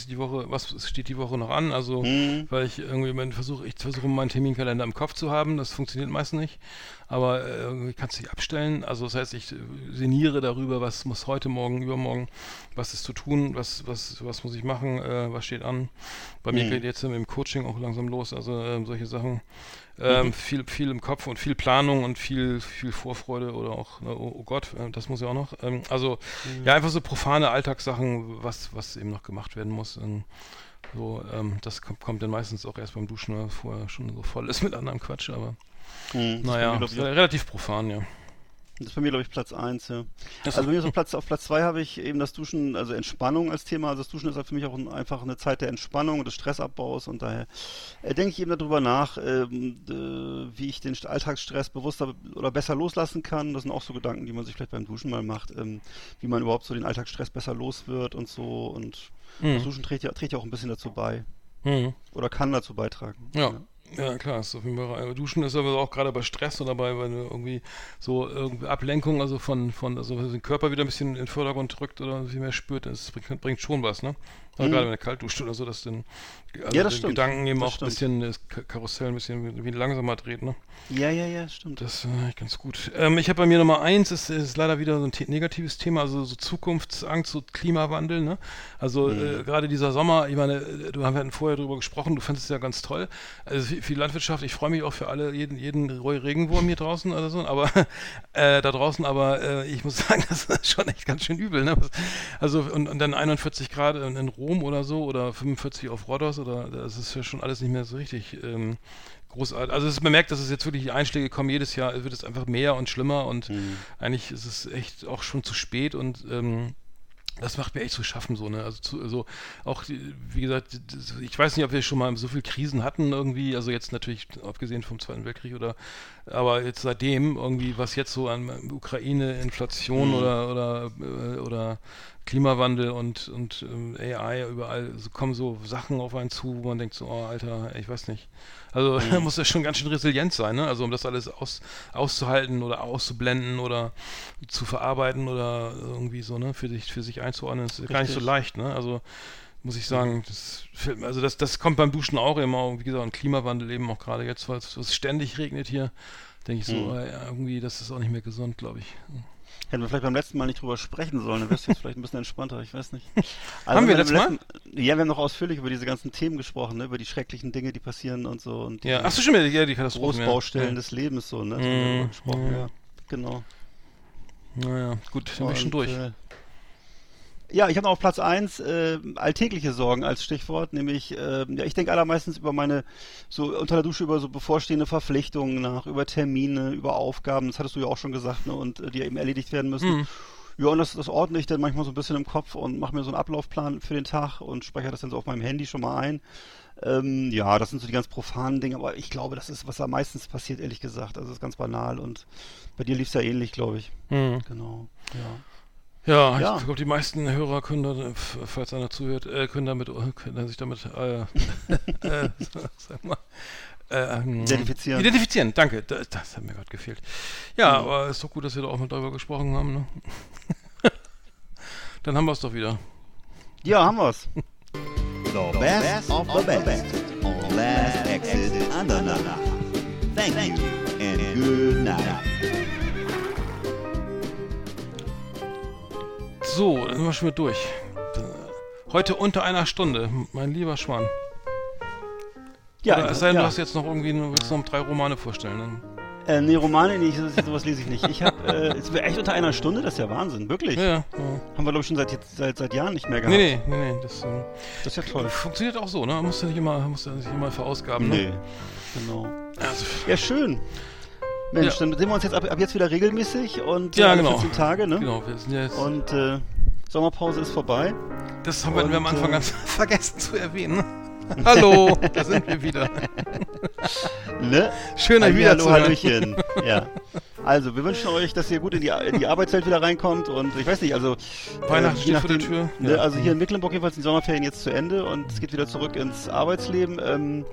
B: steht die Woche noch an? Also, weil ich irgendwie versuche meinen Terminkalender im Kopf zu haben, das funktioniert meist nicht, aber irgendwie kannst du dich abstellen. Also das heißt, ich sinniere darüber, was muss heute, morgen, übermorgen, was ist zu tun, was muss ich machen, was steht an. Bei mir geht jetzt mit dem Coaching auch langsam los, also solche Sachen. Viel im Kopf und viel Planung und viel Vorfreude oder auch, oh Gott, das muss ja auch noch. Ja, einfach so profane Alltagssachen, was eben noch gemacht werden muss. Das kommt dann meistens auch erst beim Duschen, weil vorher schon so voll ist mit anderem Quatsch, aber naja, relativ profan, ja.
C: Das ist bei mir, glaube ich, Platz 1, ja. Also bei mir ist auf Platz 2 habe ich eben das Duschen, also Entspannung als Thema. Also das Duschen ist halt für mich auch einfach eine Zeit der Entspannung und des Stressabbaus und daher denke ich eben darüber nach, wie ich den Alltagsstress bewusster oder besser loslassen kann. Das sind auch so Gedanken, die man sich vielleicht beim Duschen mal macht, wie man überhaupt so den Alltagsstress besser los wird und so. Und das Duschen trägt ja auch ein bisschen dazu bei. Oder kann dazu beitragen.
B: Ja, klar, ist auf jeden Fall. Duschen ist aber auch gerade bei Stress oder bei irgendwie so irgendwie Ablenkung, also also den Körper wieder ein bisschen in den Vordergrund drückt oder viel mehr spürt, das bringt schon was, ne? Also gerade wenn er kalt duscht oder so, dass dann
C: das stimmt.
B: Gedanken eben auch ein bisschen, das Karussell ein bisschen wie langsamer dreht, ne?
C: Ja, stimmt.
B: Das ist eigentlich ganz gut. Ich habe bei mir Nummer 1, ist leider wieder so ein negatives Thema, also so Zukunftsangst, so Klimawandel, ne? Also gerade dieser Sommer, ich meine, wir hatten vorher drüber gesprochen, du fandest es ja ganz toll. Also viel Landwirtschaft, ich freue mich auch für jeden Regenwurm hier draußen oder so, aber da draußen, aber ich muss sagen, das ist schon echt ganz schön übel, ne? Also und dann 41 Grad in Rom oder so oder 45 auf Rhodos oder das ist ja schon alles nicht mehr so richtig großartig. Also man merkt, dass es jetzt wirklich die Einschläge kommen, jedes Jahr wird es einfach mehr und schlimmer und eigentlich ist es echt auch schon zu spät und das macht mir echt zu schaffen, so, ne? Also auch, wie gesagt, ich weiß nicht, ob wir schon mal so viele Krisen hatten irgendwie, also jetzt natürlich abgesehen vom Zweiten Weltkrieg aber jetzt seitdem irgendwie, was jetzt so an Ukraine, Inflation oder Klimawandel und AI, überall kommen so Sachen auf einen zu, wo man denkt so, oh Alter, ich weiß nicht. Also muss ja schon ganz schön resilient sein, ne? Also um das alles auszuhalten oder auszublenden oder zu verarbeiten oder irgendwie so, ne, für sich einzuordnen, ist gar nicht so leicht, ne? Also muss ich sagen, das kommt beim Duschen auch immer, wie gesagt, ein Klimawandel eben auch gerade jetzt, weil es ständig regnet hier, denke ich so, irgendwie, das ist auch nicht mehr gesund, glaube ich.
C: Hätten wir vielleicht beim letzten Mal nicht drüber sprechen sollen, dann wär's jetzt vielleicht ein bisschen entspannter, ich weiß nicht. Also
B: haben wir letztes Mal?
C: Ja, wir haben noch ausführlich über diese ganzen Themen gesprochen, ne? Über die schrecklichen Dinge, die passieren und so. Und
B: ja, ach so, stimmt, ja, die Katastrophen.
C: Großbaustellen des Lebens, so, ne? Das haben wir darüber gesprochen, ja. Genau.
B: Naja, gut, sind wir schon durch.
C: Ja, ich habe noch auf Platz 1 alltägliche Sorgen als Stichwort, nämlich, ich denke allermeistens über so unter der Dusche über so bevorstehende Verpflichtungen nach, über Termine, über Aufgaben, das hattest du ja auch schon gesagt, ne, und die eben erledigt werden müssen. Ja, und das ordne ich dann manchmal so ein bisschen im Kopf und mache mir so einen Ablaufplan für den Tag und speichere das dann so auf meinem Handy schon mal ein. Ja, das sind so die ganz profanen Dinge, aber ich glaube, das ist, was da meistens passiert, ehrlich gesagt. Also das ist ganz banal und bei dir lief es ja ähnlich, glaube ich. Genau, ja.
B: Ja, ich glaube, die meisten Hörer können da, falls einer zuhört, können sich damit sag mal, identifizieren, danke. Das hat mir gerade gefehlt. Ja, aber ist doch gut, dass wir da auch mal darüber gesprochen haben, ne? Dann haben wir es doch wieder.
C: Ja, haben wir es.
E: The best of the best on Last Exit Andernach. Thank you and good night.
B: So, dann sind wir schon wieder durch. Heute unter einer Stunde, mein lieber Schwan.
C: Ja,
B: es sei denn, du hast jetzt noch irgendwie, willst noch 3 Romane vorstellen. Ne?
C: Nee, Romane nicht, sowas lese ich nicht. Ich habe, es wäre echt unter einer Stunde, das ist ja Wahnsinn, wirklich.
B: Ja.
C: Haben wir, glaube ich, schon seit Jahren nicht mehr gehabt.
B: Nee, das
C: ist ja toll.
B: Funktioniert auch so, ne? Man muss ja nicht immer verausgaben, ne?
C: Nee, genau. Also, ja, schön. Mensch, dann sehen wir uns jetzt ab jetzt wieder regelmäßig und 14 Tage, ne?
B: Genau, wir sind jetzt.
C: Und Sommerpause ist vorbei.
B: Das haben wir am Anfang ganz vergessen zu erwähnen. Hallo, da sind wir wieder.
C: Ne?
B: Schön, euch wieder zu hören.
C: Hallöchen. Ja. Also, wir wünschen euch, dass ihr gut in die Arbeitswelt wieder reinkommt und ich weiß nicht, also
B: Weihnachten steht vor der Tür.
C: Ne, also hier in Mecklenburg jedenfalls sind die Sommerferien jetzt zu Ende und es geht wieder zurück ins Arbeitsleben.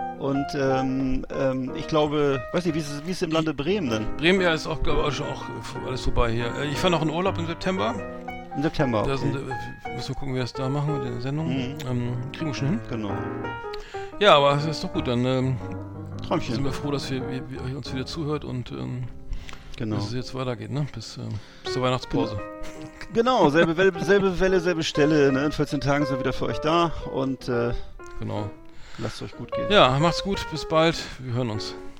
C: Ich glaube, weiß nicht, wie ist es im Lande Bremen denn?
B: Bremen, ja, ist auch, glaube ich, auch alles vorbei hier. Ich fahre noch in Urlaub im September.
C: Im September, okay.
B: Müssen wir gucken, wie wir das da machen mit der Sendung. Kriegen wir schon hin.
C: Genau.
B: Ja, aber das ist doch gut, dann
C: Träumchen.
B: sind wir froh, dass wir uns wieder zuhört und
C: genau.
B: dass es jetzt weitergeht, ne? Bis zur Weihnachtspause.
C: Genau, selbe Welle, selbe Stelle, ne? In 14 Tagen sind wir wieder für euch da und
B: genau.
C: Lasst es euch gut gehen.
B: Ja, macht's gut, bis bald, wir hören uns.